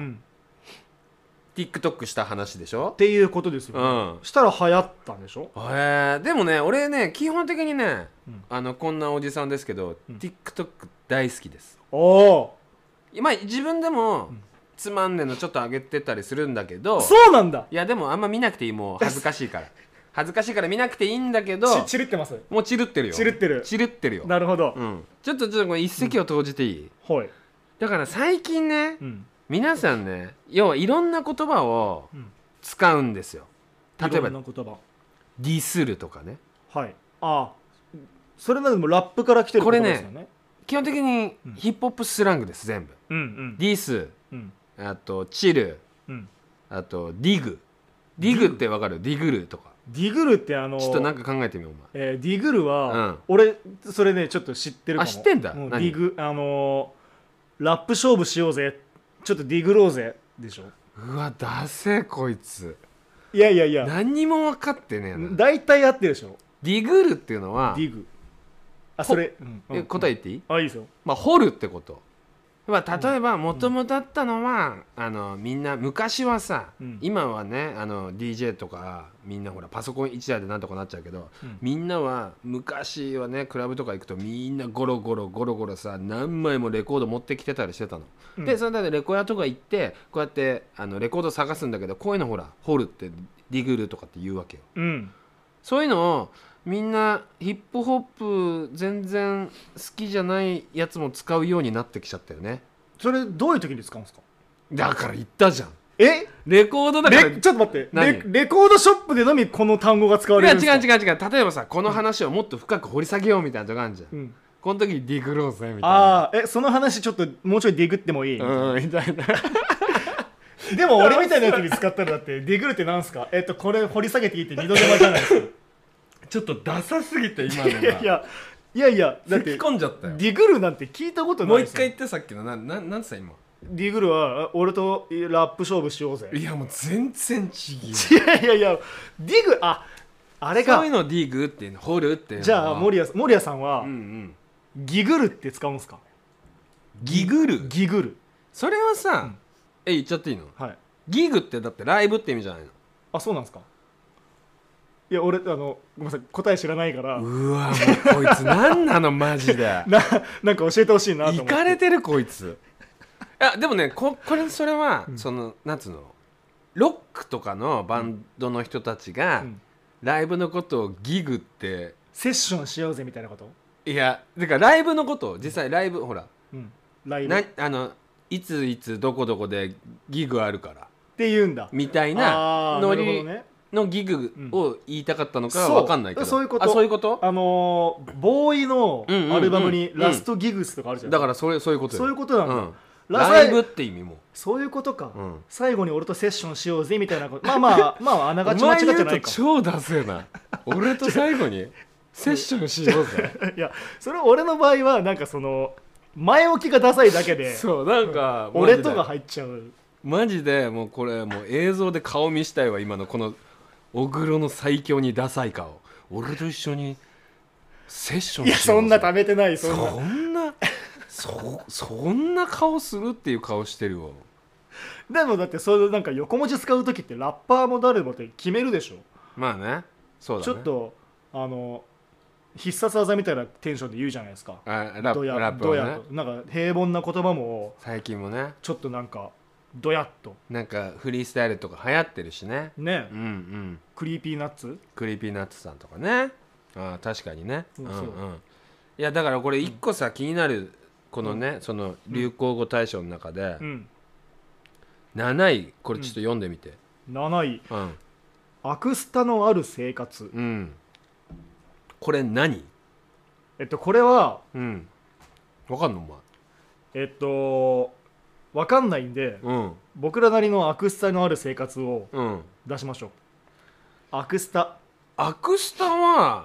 、TikTok した話でしょっていうことですよ、ね、うん、したら流行ったんでしょ。 へえ。でもね俺ね基本的にね、うん、あのこんなおじさんですけど、うん、TikTok 大好きです。おお。今自分でも、うん、つまんねえのちょっと上げてたりするんだけど。 そうなんだ。 いやでもあんま見なくていい。もう恥ずかしいから恥ずかしいから見なくていいんだけど。 ちチルってます。 もうチルってるよ。 チルってるチルってるよ。 なるほど、 うん、ちょっとちょっとこれ一石を投じていい、 うん、はい。 だから最近ね、うん、皆さんね要はいろんな言葉を使うんですよ。例えばディスるとかね。 はい。ああそれまでもラップから来てる言葉ですよね。これね基本的にヒップホップスラングです全部、うんうん、ディス、うん、あとチル、うん、あとディグ。ディグってわかる？ディグルとか。 ディグルってあのー、 ちょっとなんか考えてみようお前、 えー、ディグルは、うん、俺それねちょっと知ってるかも。 あ知ってんだ。 ディグあのー、ラップ勝負しようぜちょっとディグろうぜでしょ。 うわダセーこいつ。 いやいやいや何にも分かってねえな。 大体合ってるでしょ。 ディグルっていうのはディグあそれ、 うんうん、答え言っていい？ あいいですよ。 まあ掘るってこと。まあ、例えばもともとあったのは、うん、あのみんな昔はさ、うん、今はねあの ディージェー とかみんなほらパソコンいちだいでなんとかなっちゃうけど、うん、みんなは昔はねクラブとか行くとみんなゴロゴロゴロゴロさ何枚もレコード持ってきてたりしてたの、うん、でそれでレコヤとか行ってこうやってあのレコード探すんだけどこういうのほら掘るってディグルとかって言うわけよ、うん、そういうのをみんなヒップホップ全然好きじゃないやつも使うようになってきちゃったよね。 それどういう時に使うんですか？ だから言ったじゃん。 えレコードだからちょっと待って レ, レコードショップでのみこの単語が使われるんですか？ いや違う違う違う。例えばさこの話をもっと深く掘り下げようみたいなとこあるじゃん、うん、この時にディグろうぜみたいな。 ああえその話ちょっともうちょいディグってもいいうんみたいなでも俺みたいなやつに使ったらだってディグるってなんすか？えっとこれ掘り下げていいって二度手間じゃないですかちょっとダサすぎて今のがいやいやいやいやだって吹き込んじゃったよ。 ディグルなんて聞いたことない。 もう一回言ってさっきのなななんつった今。 ディグルは俺とラップ勝負しようぜ。 いやもう全然違う。いやいやいやディグああれか。 そういうのディグっていうの掘るっていうの。 じゃあ森谷森谷さんは、うんうん、ギグルって使うんですか？ ギグルギグルそれはさ、うん、え言っちゃっていいの？はい。ギグってだってライブって意味じゃないの？ あそうなんですか？いや俺あのごめんなさい答え知らないから。 うわもうこいつ何なのマジでななんか教えてほしいなと思って。 イカれてるこいつ。いやでもね こ, これそれは、うん、そのなんつうのロックとかのバンドの人たちが、うん、ライブのことをギグってセッションしようぜみたいなこと？ いやだからライブのことを実際ライブほら、うん、 ライブなあのいついつどこどこでギグあるからって言うんだみたいなノリのギグを言いたかったのかは分かんないけど、 そういうこと。 あそういうこと。 あのー、ボーイのアルバムにラストギグスとかあるじゃん、 うん、だからそれそういうことよ。 そういうことなんだ、うん、 ライブって意味もそういうことか、うん、最後に俺とセッションしようぜみたいなことまあまあまああながち間違ってないか。お前言うと超ダセえな俺と最後にセッションしようぜいやそれ俺の場合はなんかその前置きがダサいだけでそうなんか、 うん、俺とが入っちゃうマジでもうこれもう映像で顔見したいわ今のこの小黒の最強にダサい顔。俺と一緒にセッションしようぜ。いやそんな食べてない。 そんなそ, そんな顔するっていう顔してるわ。 でもだってそれなんか横文字使う時ってラッパーも誰もって決めるでしょ。 まあねそうだね。 ちょっとあの必殺技みたいなテンションで言うじゃないですか。 あラドヤラップドヤはねとなんか平凡な言葉も最近もねちょっとなんかドヤっとなんかフリースタイルとか流行ってるしねね、 うんうんクリーピーナッツクリーピーナッツさんとかねあ確かにねうんうんうんそういやだからこれ一個さ、気になるこのね、その流行語大賞の中で、 うん、 なないこれちょっと読んでみて、 なないうんアクスタのある生活。 うん、これ何？ えっとこれはうんわかんのお前？ えっとわかんないんで、 うん僕らなりのアクスタのある生活をうん出しましょう。アクスタアクスタ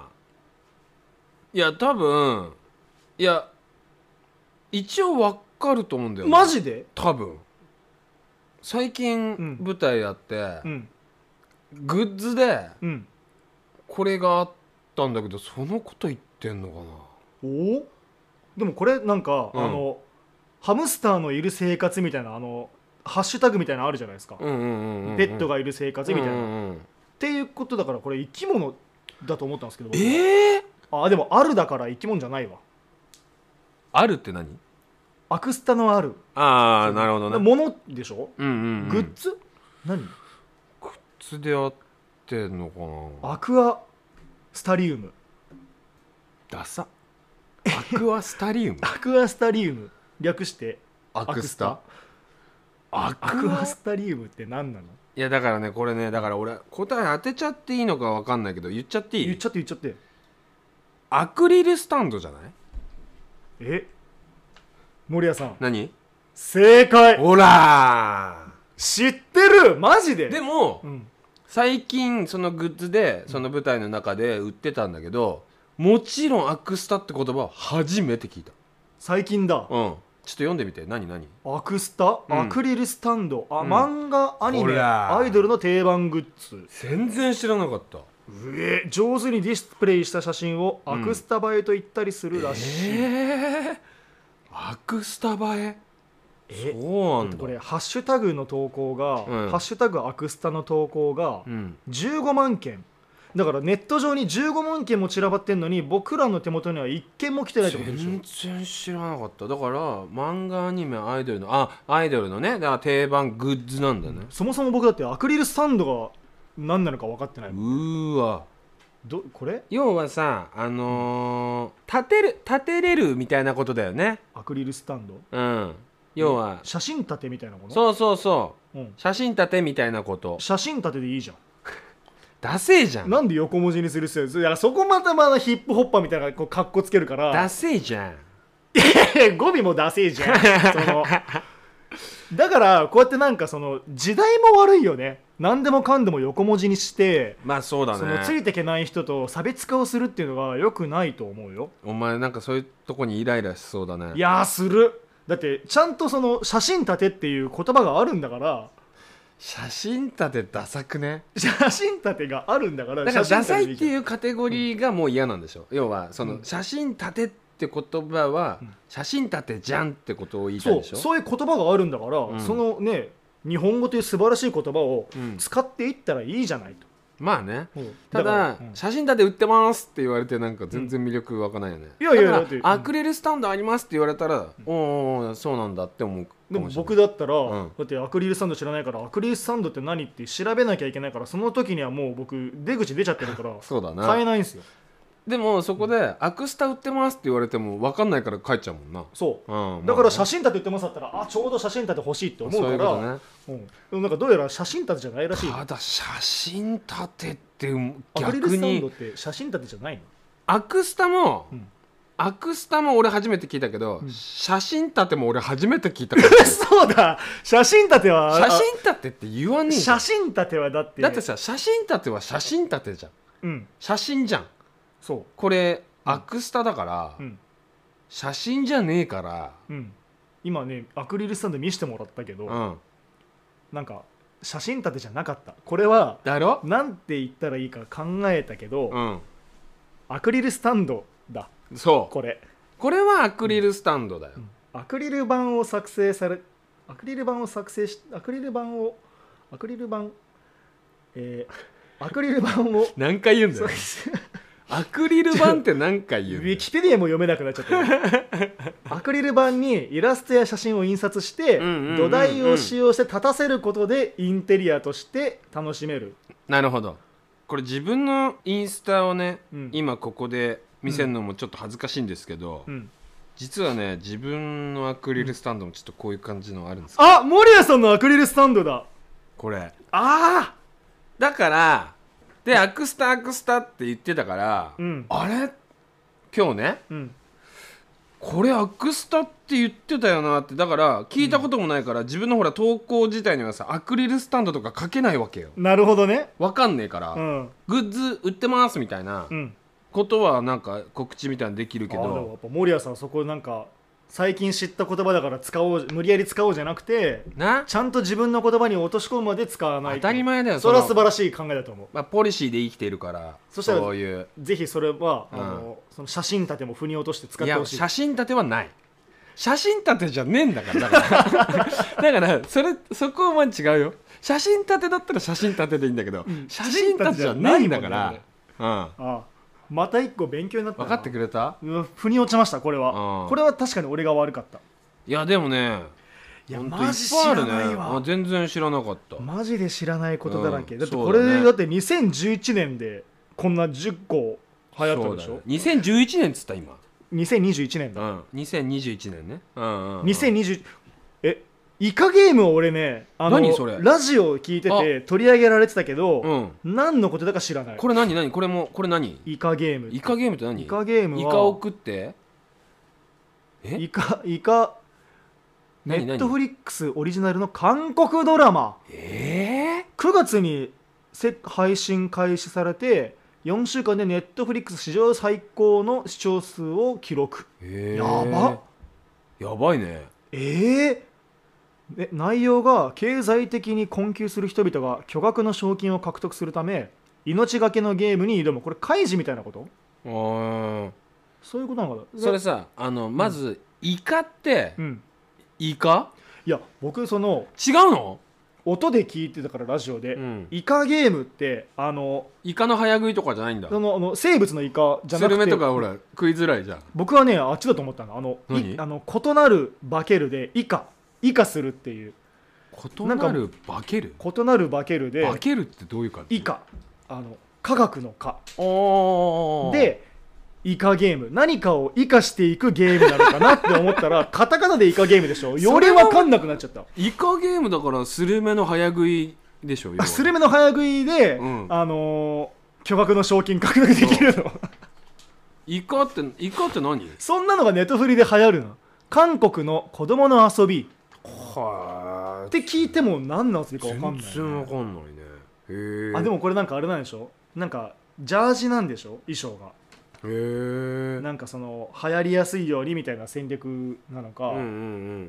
はいや多分いや一応わかると思うんだよねマジで？ 多分最近ん舞台やって、 うんグッズでうんこれがあったんだけどそのこと言ってんのかな。 おおでもこれなんか、 うんあのハムスターのいる生活みたいなあのハッシュタグみたいなのあるじゃないですか、 うんうんうんうん、 ペットがいる生活みたいな、 うんうんうん、 っていうことだからこれ生き物だと思ったんですけど僕はええー、 あでもあるだから生き物じゃないわ。 あるって何？ アクスタのあるああなるほどね。 ものでしょ、 うんうんうん、 グッズ何？ グッズであってんのかな。 アクアスタリウムダサアクアスタリウムアクアスタリウム略してアクスタアアクアスタリウムって何なの？ いやだからねこれねだから俺答え当てちゃっていいのか分かんないけど言っちゃっていい？ 言っちゃって言っちゃってアクリルスタンドじゃない？ え森谷さん何？ 正解。 ほら知ってるマジで？ でも、 うん、 最近そのグッズでその舞台の中で売ってたんだけどもちろんアクスタって言葉は初めて聞いた。 最近だ。 うんちょっと読んでみて。何何？ アクスタ、 うんアクリルスタンド、あ、 うん、 漫画アニメほらアイドルの定番グッズ。 全然知らなかった。 え上手にディスプレイした写真をアクスタ映えと言ったりするらしい、 えー、アクスタ映ええそうなんだ。 これハッシュタグの投稿が、 うん、 ハッシュタグアクスタの投稿がうんじゅうごまんけんだからネット上にじゅうごまんけんも散らばってんのに僕らの手元にはいっけんも来てないってことでしょ。 全然知らなかった。だから漫画アニメアイドルのあアイドルのねだから定番グッズなんだね。 そもそも僕だってアクリルスタンドが何なのか分かってないもん。 うーわどこれ要はさあのー、立てる立てれるみたいなことだよね。 アクリルスタンドうん要は写真立てみたいなこと。 そうそうそう、 うん、 写真立てみたいなこと。 写真立てでいいじゃん。 ダセーじゃん。 なんで横文字にする必要です？いやそこまたまだヒップホッパーみたいなこうカッコつけるからダセーじゃん。 語尾もダセーじゃんそのだからこうやってなんかその時代も悪いよね。何でもかんでも横文字にしてまあそうだね。 そのついてけない人と差別化をするっていうのが良くないと思うよ。 お前なんかそういうとこにイライラしそうだね。 いやーする。だってちゃんとその写真立てっていう言葉があるんだから写真立てダサくね。 写真立てがあるんだからだからダサいってういうカテゴリーがもう嫌なんでしょ、うん、要はその写真立てって言葉は、うん、写真立てじゃんってことを言いたいでしょ。 そうそういう言葉があるんだから、うん、そのね日本語という素晴らしい言葉を使っていったらいいじゃないと、 うん、まあね、 うん、 ただ、うん、写真立て売ってますって言われてなんか全然魅力湧かないよね、 うん、いやいやだからアクリルスタンドありますって言われたら、うん、おーそうなんだって思う。 でも僕だったら、 うん、 だってアクリルスタンド知らないからアクリルスタンドって何って調べなきゃいけないからその時にはもう僕出口出ちゃってるからそうだな買えないんですよ。 でもそこでアクスタ売ってますって言われても分かんないから帰っちゃうもんな。 そう、 うん、 だから写真立て売ってますだったらあちょうど写真立て欲しいって思うからそういうことね、うん、でもなんかどうやら写真立てじゃないらしい。 ただ写真立てって逆にアクリルスタンドって写真立てじゃないの？ アクスタも、うん、アクスタも俺初めて聞いたけど、うん、写真立ても俺初めて聞いたからそうだ写真立ては写真立てって言わねえじゃん。 写真立てはだってだってさ写真立ては写真立てじゃん、うん、写真じゃん。 そうこれアクスタだから、うん、写真じゃねえから、 うん、今ねアクリルスタンド見せてもらったけど、うん、なんか写真立てじゃなかった。これはだろなんて言ったらいいか考えたけど、うん、アクリルスタンドだ。 そうこれこれはアクリルスタンドだよ、 うん、アクリル板を作成されアクリル板を作成しアクリル板をアクリル板えー、アクリル板を何回言うんだよアクリル板って何回言うウィキペディアも読めなくなっちゃってアクリル板にイラストや写真を印刷して、土台を使用して立たせることでインテリアとして楽しめる。 なるほど。これ自分のインスタをね、うん、今ここで見せるのもちょっと恥ずかしいんですけど、うん、実はね自分のアクリルスタンドもちょっとこういう感じのあるんですけど、 あ、守屋さんのアクリルスタンドだこれ。 ああ、 だからでアクスタアクスタって言ってたから、うん、あれ今日ね、うん、これアクスタって言ってたよなって。だから聞いたこともないから、うん、自分のほら投稿自体にはさアクリルスタンドとか書けないわけよ。 なるほどね。 わかんねえから、うん、グッズ売ってますみたいなことはなんか告知みたいなのできるけど、 あ、でもやっぱ守屋さんそこなんか最近知った言葉だから使おう、無理やり使おうじゃなくてな、ちゃんと自分の言葉に落とし込むまで使わない。 当たり前だよ。 それは素晴らしい考えだと思う。 まあ、ポリシーで生きているから。 そしたらそういうぜひそれは、うん、あのその写真立ても腑に落として使ってほしい。 いや写真立てはない。写真立てじゃねえんだからだからだからそれそこは違うよ。写真立てだったら写真立てでいいんだけど、うん、写真立てじゃないんだから、ね、うん、ああ、 また一個勉強になったな。 分かってくれた？ 腑に落ちました。これは、うん、これは確かに俺が悪かった。 いやでもね、 いやマジ知らないわ、 ね、あ全然知らなかった。 マジで知らないことだらけ、うん、だってこれだ、ね、だってにせんじゅういちねんでこんなじゅっこ流行ったでしょ。 にせんじゅういちねんっつった今。 にせんにじゅういちねんだ、うん、 にせんにじゅういちねんね、うんうんうん、 にせんにじゅうえイカゲームを俺ね、あの何それラジオを聞いてて取り上げられてたけど、うん、何のことだか知らない。 これ何何これもこれ何イカゲーム。 イカゲームって何？ イカゲームはイカを食ってえイカイカネットフリックスオリジナルの韓国ドラマ。 えー、 くがつに配信開始されてよんしゅうかんでネットフリックス史上最高の視聴数を記録。 えー、やばやばいね。 えー、内容が経済的に困窮する人々が巨額の賞金を獲得するため命がけのゲームに挑む。これカイジみたいなこと？ あ、 そういうことなのかな。それさ、あのまず、うん、イカって、うん、イカ？ いや僕その違うの？ 音で聞いてたからラジオで、うん、イカゲームってあのイカの早食いとかじゃないんだ。 そのあの生物のイカじゃなくて、 スルメとかほら食いづらいじゃん。 僕はねあっちだと思ったの。あのあの異なる化けるでイカイカするっていう。 異なる化ける？ 異なる化けるで化けるってどういう感じ？ イカ、あの科学の科でイカゲーム、何かを生かしていくゲームなのかなって思ったらカタカナでイカゲームでしょ。より分かんなくなっちゃった。 イカゲームだからスルメの早食いでしょ。 スルメの早食いで、うん、あのー、巨額の賞金獲得できるの。 イカってイカって何？ そんなのがネットフリで流行るの。韓国の子供の遊びはって聞いても何の遊びか分かんない、ね、 全然分かんないね。へー。 あでもこれなんかあれなんでしょ、なんかジャージなんでしょ衣装が。 へなんかその流行りやすいようにみたいな戦略なのか、 うんうんうん、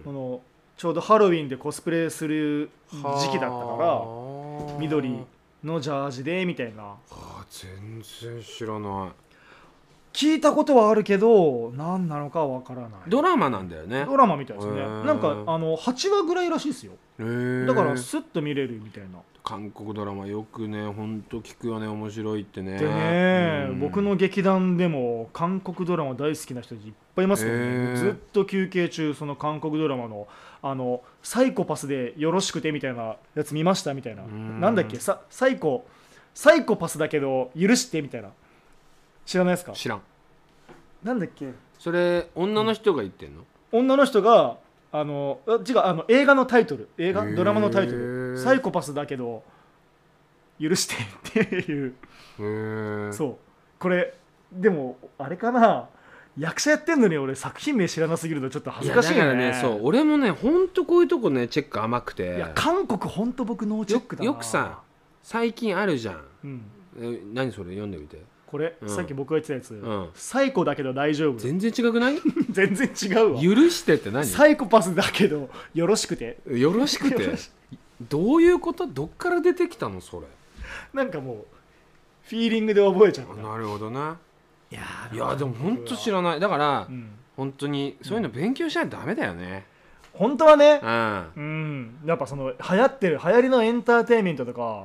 このちょうどハロウィンでコスプレする時期だったから緑のジャージでみたいな。はあ、全然知らない。 聞いたことはあるけど何なのかわからない。 ドラマなんだよね。 ドラマみたいですね。なんかあのはちわぐらいらしいですよ。だからスッと見れるみたいな。 韓国ドラマよくねほんと聞くよね、面白いってね。 でね、うん、僕の劇団でも韓国ドラマ大好きな人いっぱいいますよね。ずっと休憩中その韓国ドラマのあのサイコパスでよろしくてみたいなやつ見ましたみたいな。なんだっけ、ササイコサイコパスだけど許してみたいな。知らないですか？ 知らん。 なんだっけそれ女の人が言ってんの？ 女の人があの違うあの映画のタイトル、映画ドラマのタイトル、サイコパスだけど許してっていう。 へそうこれでもあれかな、役者やってんのに俺作品名知らなすぎるとちょっと恥ずかしいね。 いやだからね、そう俺もねほんとこういうとこねチェック甘くて。 いや韓国ほんと僕ノーチェックだな。 よ, よくさ最近あるじゃん、 うん、 え何それ読んでみて。 これ、うん、さっき僕が言ってたやつ、 うん、 サイコだけど大丈夫。 全然違くない？ 全然違うわ。 許してって何？ サイコパスだけどよろしくて。 よろしくてどういうこと？どっから出てきたのそれ。 なんかもうフィーリングで覚えちゃった。 なるほどな。 いやいやでも本当知らない。だから、うん、本当にそういうの勉強しないとダメだよね、 うん、本当はね。 うん、 うん、やっぱその流行ってる流行りのエンターテインメントとか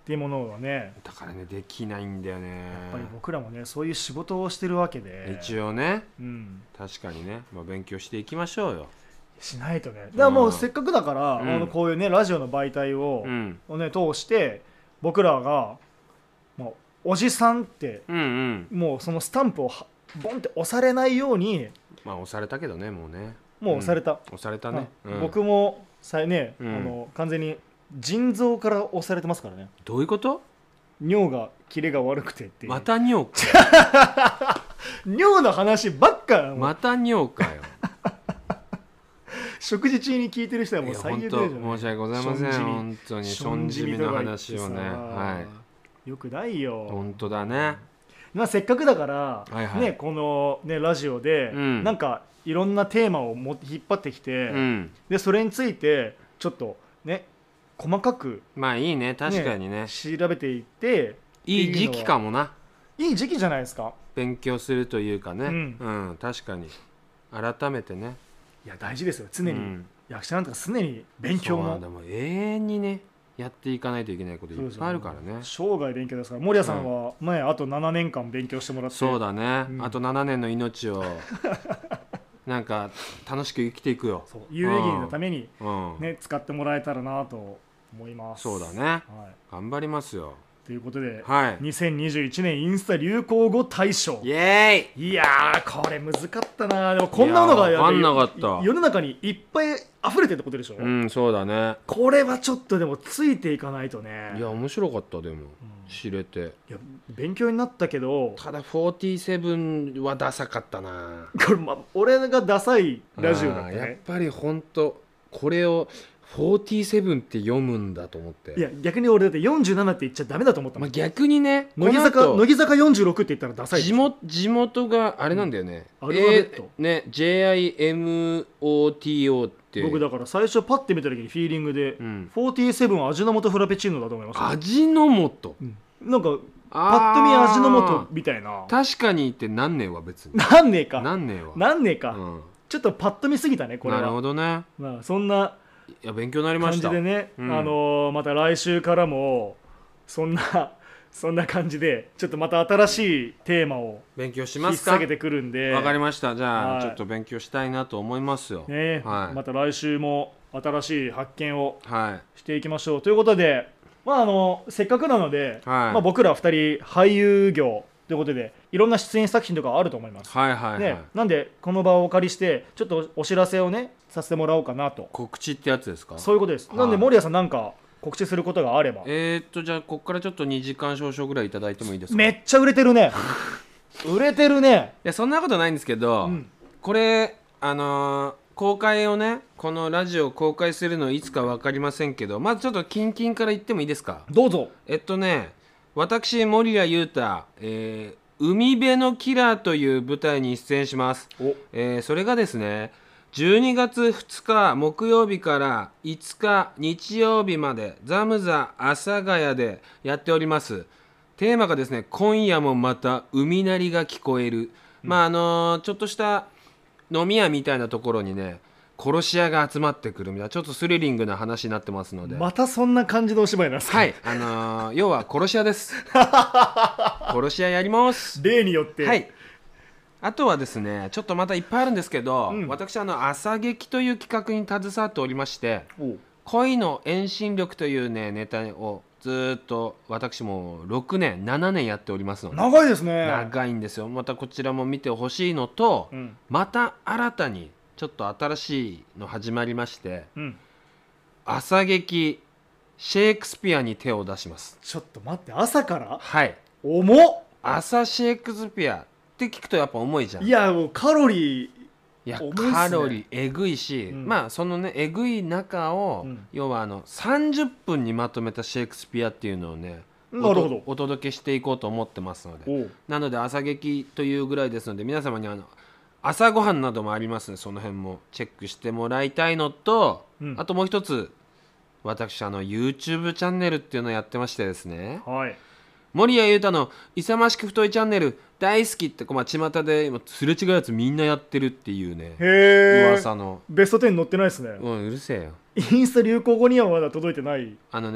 っていうものはね、 だからねできないんだよね。やっぱり僕らもねそういう仕事をしてるわけで、 一応ね、 うん、 確かにね、まあ、勉強していきましょうよ。 しないとね。だからもうせっかくだから、うん、あのこういうねラジオの媒体を、うん、をね通して僕らがもうおじさんって、うんうん、もうそのスタンプをボンって押されないように、 まあ押されたけどね、もうね、 もう押された、うん、 押されたね、 うん、僕もさね、うん、あの完全に腎臓から押されてますからね。 どういうこと？ 尿がキレが悪くてっていう。 また尿か尿の話ばっか。 また尿かよ食事中に聞いてる人はもう最悪だよね。 申し訳ございません。本当にしょんじみの話をね、はい、よくないよ。 本当だね。 まあせっかくだから、はいはい、ねこのねラジオで、うん、なんかいろんなテーマをも引っ張ってきて、うん、でそれについてちょっとね細かく、 まあいいね、確かにね調べていっていい時期かもな。 いい時期じゃないですか。 勉強するというかね、うん、うん、確かに改めてね。 いや大事ですよ。常に、うん、役者なんとか常に勉強も。 でも永遠にねやっていかないといけないこといっぱいあるからね。 生涯勉強ですから。守屋さんは前、うん、あとななねんかん勉強してもらって。 そうだね、うん、あとななねんの命をなんか楽しく生きていくよ。そう有意義のために、ね、うん、使ってもらえたらなと思います。 そうだね、はい、頑張りますよ。 ということで、 はい、 にせんにじゅういちねんインスタ流行語大賞。 イエーイ。いやーこれ難かったな。でもこんなものが分かんなかった。 世の中にいっぱい溢れてるってことでしょ。 うん、そうだね。 これはちょっとでもついていかないとね。 いや面白かった。でも、うん、知れて。いや勉強になったけど、 ただよんじゅうななはダサかったな。 これ、ま、俺がダサいラジオだったね。 やっぱり本当これをよんじゅうななって読むんだと思って。 いや逆に俺だってよんじゅうななって言っちゃダメだと思ったもん。 まあ、逆にね、 乃木坂乃木坂よんじゅうろくって言ったらダサい。 地元地元があれなんだよね、 うん、アルファベット、 えー、ね ジェイアイエムオーティーオー って。 僕だから最初パッて見た時にフィーリングで、うん、よんじゅうなな味の素フラペチーノだと思いました。 味の素、うん、 なんかパッと見味の素みたいな。 確かに言ってなんねえわ別に。 なんねえかなんねえわなんねえか、うん、ちょっとパッと見すぎたねこれは。 なるほどね。 まあそんないや勉強になりました感じでね、うん、あのー、また来週からもそんなそんな感じでちょっとまた新しいテーマを勉強しますか。 引っ提げてくるんで。 わかりました。じゃあ、はい、ちょっと勉強したいなと思いますよ、 ね、はい、また来週も新しい発見をはしていきましょう、はい、ということで、まあ、あのせっかくなので、はい、まあ、僕らふたり俳優業ということでいろんな出演作品とかあると思います、 はいはいはい、 ね、なんでこの場をお借りしてちょっとお知らせをねさせてもらおうかなと。 告知ってやつですか。 そういうことです、はい、なんで守屋さんなんか告知することがあれば。 えー、っとじゃあここからちょっとにじかん少々ぐらいいただいてもいいですか。 めっちゃ売れてるね売れてるね。 いやそんなことないんですけど、うん、これあのー、公開をねこのラジオを公開するのいつか分かりませんけど、まずちょっとキンキンから言ってもいいですか。 どうぞ。 えっとね私守谷裕太、えー、海辺のキラーという舞台に出演します。えー、それがですねじゅうにがつふつか木曜日からいつか日曜日までザムザ阿佐ヶ谷でやっております。テーマがですね今夜もまた海鳴りが聞こえる、うん、まああのー、ちょっとした飲み屋みたいなところにね殺し屋が集まってくるみたいなちょっとスリリングな話になってますので。 またそんな感じのお芝居なんですか。 はい、あのー、要は殺し屋です殺し屋やります例によって。 はい。あとはですねちょっとまたいっぱいあるんですけど、うん、私あの朝劇という企画に携わっておりまして、恋の遠心力というねネタをずっと私もろくねんななねんやっておりますので。 長いですね。 長いんですよ。またこちらも見てほしいのと、うん、また新たにちょっと新しいの始まりまして、うん、朝劇シェイクスピアに手を出します。 ちょっと待って朝から。 はい。 重っ。 朝シェイクスピアって聞くとやっぱ重いじゃん。 いやもうカロリーいや、ね、カロリーえぐいし、うん、まあそのねえぐい中を、うん、要はあのさんじゅっぷんにまとめたシェイクスピアっていうのをねなるほどお届けしていこうと思ってますので、なので朝劇というぐらいですので皆様にあの朝ごはんなどもありますのでその辺もチェックしてもらいたいのと、うん、あともう一つ私あの YouTube チャンネルっていうのをやってましてですね、 はい、 守谷裕太の勇ましく太いチャンネル大好きってこう、まあ、巷ですれ違うやつみんなやってるっていうねへ噂のベストじゅう載ってないですね。 うんうるせえよ。 インスタ流行語にはまだ届いてない。 あのね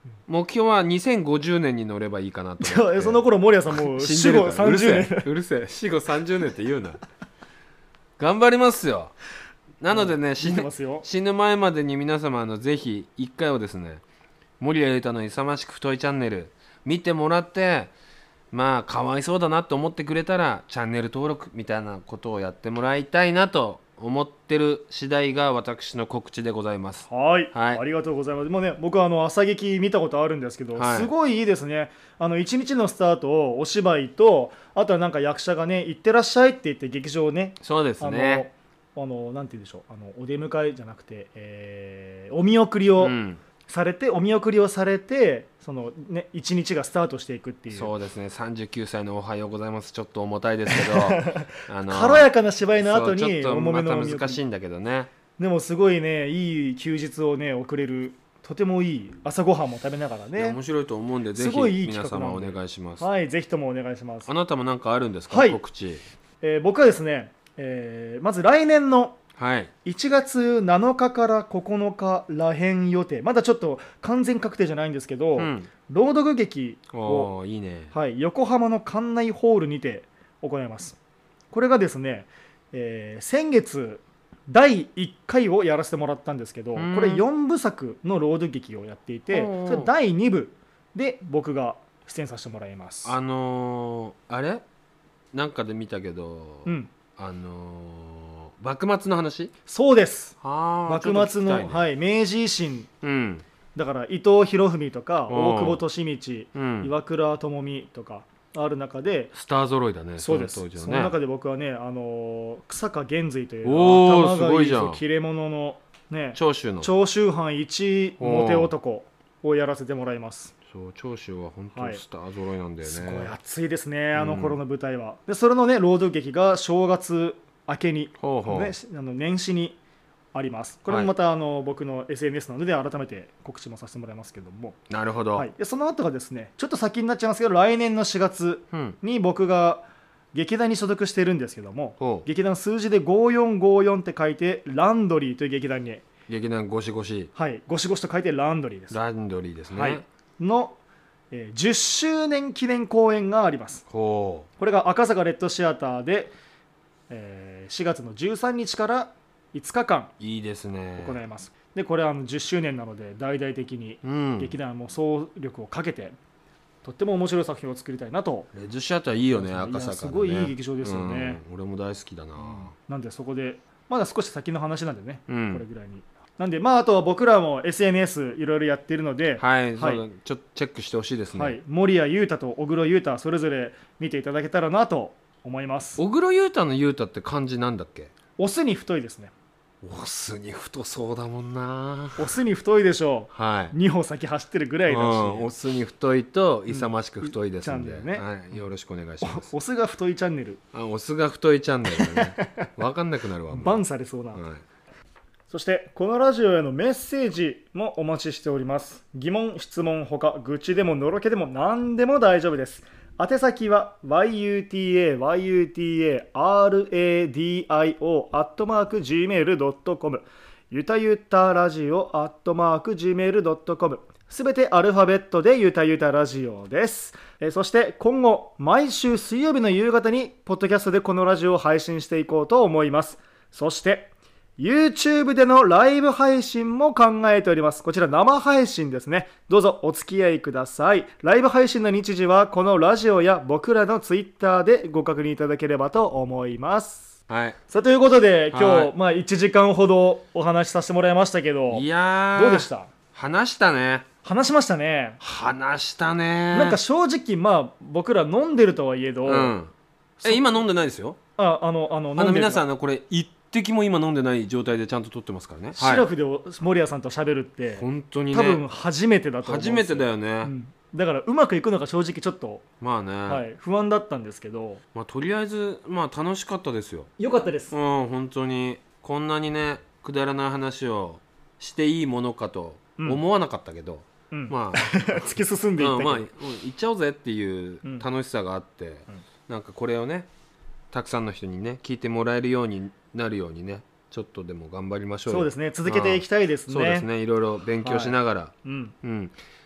目標はにせんごじゅうねんに乗ればいいかなと思って。 その頃守屋さんもう死後さんじゅうねん。 うるせえ死後さんじゅうねんって言うな頑張りますよ。なのでね、うん、死, ぬ死ぬ前までに皆様あのぜひいっかいをですね、守屋裕太の勇ましく太いチャンネル見てもらって、まあかわいそうだなと思ってくれたらチャンネル登録みたいなことをやってもらいたいなと思ってる次第が私の告知でございます。 はい、はい、ありがとうございます。もうね、僕はあの朝劇見たことあるんですけど、はい、すごいいいですね。あの一日のスタートをお芝居と、あとはなんか役者がね、行ってらっしゃいって言って劇場をね、 そうですね、 あのあのなんて言うんでしょう、あのお出迎えじゃなくて、えー、お見送りを、うんされてお見送りをされて、そのね一日がスタートしていくっていう。 そうですね、さんじゅうきゅうさいのおはようございます、ちょっと重たいですけどあの軽やかな芝居の後に重めのまた難しいんだけどね。 でもすごいね、いい休日をね送れる、とてもいい朝ごはんも食べながらね、 面白いと思うんで、ぜひ皆様お願いします。 はい、ぜひともお願いします。 あなたも何かあるんですか、 はい、 告知。 えー、僕はですね、えー、まず来年のはい、 いちがつなのかからここのからへん予定、まだちょっと完全確定じゃないんですけど、うん、朗読劇をいいね、 はい、横浜の館内ホールにて行います。これがですね、えー、先月だいいっかいをやらせてもらったんですけど、これよんぶさくの朗読劇をやっていて、それだいにぶで僕が出演させてもらいます。 あのー、あれなんかで見たけど、うん、あのー幕末の話。 そうです。 幕末の、ね、はい、明治維新、うん、だから伊藤博文とか大久保利通、うん、岩倉具視とかある中でスター揃いだね。 そうです。その当時のね、その中で僕はね、あの草加源瑞という頭がいい切れ者のね、 長州の長州藩一モテ男をやらせてもらいます。 そう、長州は本当にスター揃いなんだよね、はい、 すごい熱いですね、あの頃の舞台は。でそれのね朗読劇が正月明けに、ほうほう、ね、あの年始にあります。これもまた、はい、あの僕の エスエヌエス なので改めて告知もさせてもらいますけども。 なるほど、 はい、でその後がですね、ちょっと先になっちゃいますけど、来年のしがつに僕が劇団に所属しているんですけども、うん、劇団数字でごよんごよんって書いてランドリーという劇団に、 劇団ゴシゴシ、 はい、ゴシゴシと書いてランドリーです。 ランドリーですね、 はい、の、えー、じゅっしゅうねん記念公演があります。 ほう、 これが赤坂レッドシアターで、えー、しがつのじゅうさんにちからいつかかんいいですね行います。でこれはあのじゅっしゅうねんなので大々的に劇団も総力をかけて、うん、とっても面白い作品を作りたいなと。 レッドシアターいいよね、赤坂のね、 すごいいい劇場ですよね、 うん、俺も大好きだな、うん、 なんでそこでまだ少し先の話なんでね、うん、これぐらいになんで、まあ、あとは僕らも エスエヌエス いろいろやっているので、 はい、はい、ちょっとチェックしてほしいですね、はい、 守谷裕太と小黒裕太それぞれ見ていただけたらなと思います。 小黒裕太の裕太って漢字なんだっけ。 オスに太いですね。 オスに太そうだもんな。 オスに太いでしょう、 はい、 にほん先走ってるぐらいだし、うん、 オスに太いと勇ましく太いですんで、 うんね、 はい、よろしくお願いします。 オスが太いチャンネル、 あ、オスが太いチャンネルね分かんなくなるわ、 バンされそうな、はい、そしてこのラジオへのメッセージもお待ちしております。疑問質問ほか愚痴でものろけでも何でも大丈夫です。宛先は ユータユタユータラディオ アットマーク ジーメールドットコム ゆたゆたラジオ アットマーク ジーメールドットコム すべてアルファベットでゆたゆたラジオです。えそして今後毎週水曜日の夕方にポッドキャストでこのラジオを配信していこうと思います。そしてYouTube でのライブ配信も考えております。こちら生配信ですね。どうぞお付き合いください。ライブ配信の日時はこのラジオや僕らの Twitter でご確認いただければと思います。 はい。 さあということで今日、はい、まあいちじかんほどお話しさせてもらいましたけど、 いやーどうでした？ 話したね。 話しましたね。 話したね。 なんか正直まあ僕ら飲んでるとはいえど、うん、 え今飲んでないですよ。 ああのあのあの皆さんのこれ一滴も今飲んでない状態でちゃんと撮ってますからね。 シラフで守谷さんと喋るって本当にね多分初めてだと思うんですよ。 初めてだよね、 うん、だからうまくいくのが正直ちょっとまあね、 はい、不安だったんですけど、 まあ、とりあえずまあ楽しかったですよ。 よかったです。 うん本当にこんなにねくだらない話をしていいものかと思わなかったけど、うん、まあ突き進んでいったけど、うんまあ、 行っちゃおうぜっていう楽しさがあって、うん、なんかこれをねたくさんの人にね聞いてもらえるようになるようにねちょっとでも頑張りましょうよ。 そうですね、続けていきたいですね。 そうですね、いろいろ勉強しながら、はい、うんうん、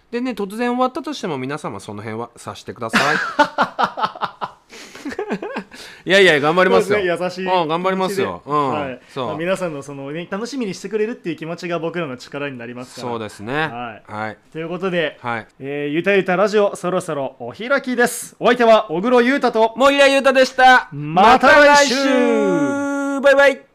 でね突然終わったとしても皆様その辺は察してくださいいやいや頑張りますよ、 ね、優しい、 うん、頑張りますよ、うんはい、 そう、 まあ、皆さんのその、ね、楽しみにしてくれるっていう気持ちが僕らの力になりますから。 そうですね、 はい、はい、ということで、 はい、 えー、ゆたゆたラジオそろそろお開きです。お相手は小黒裕太ともいらゆうたでした。 また来週、 バイバイ。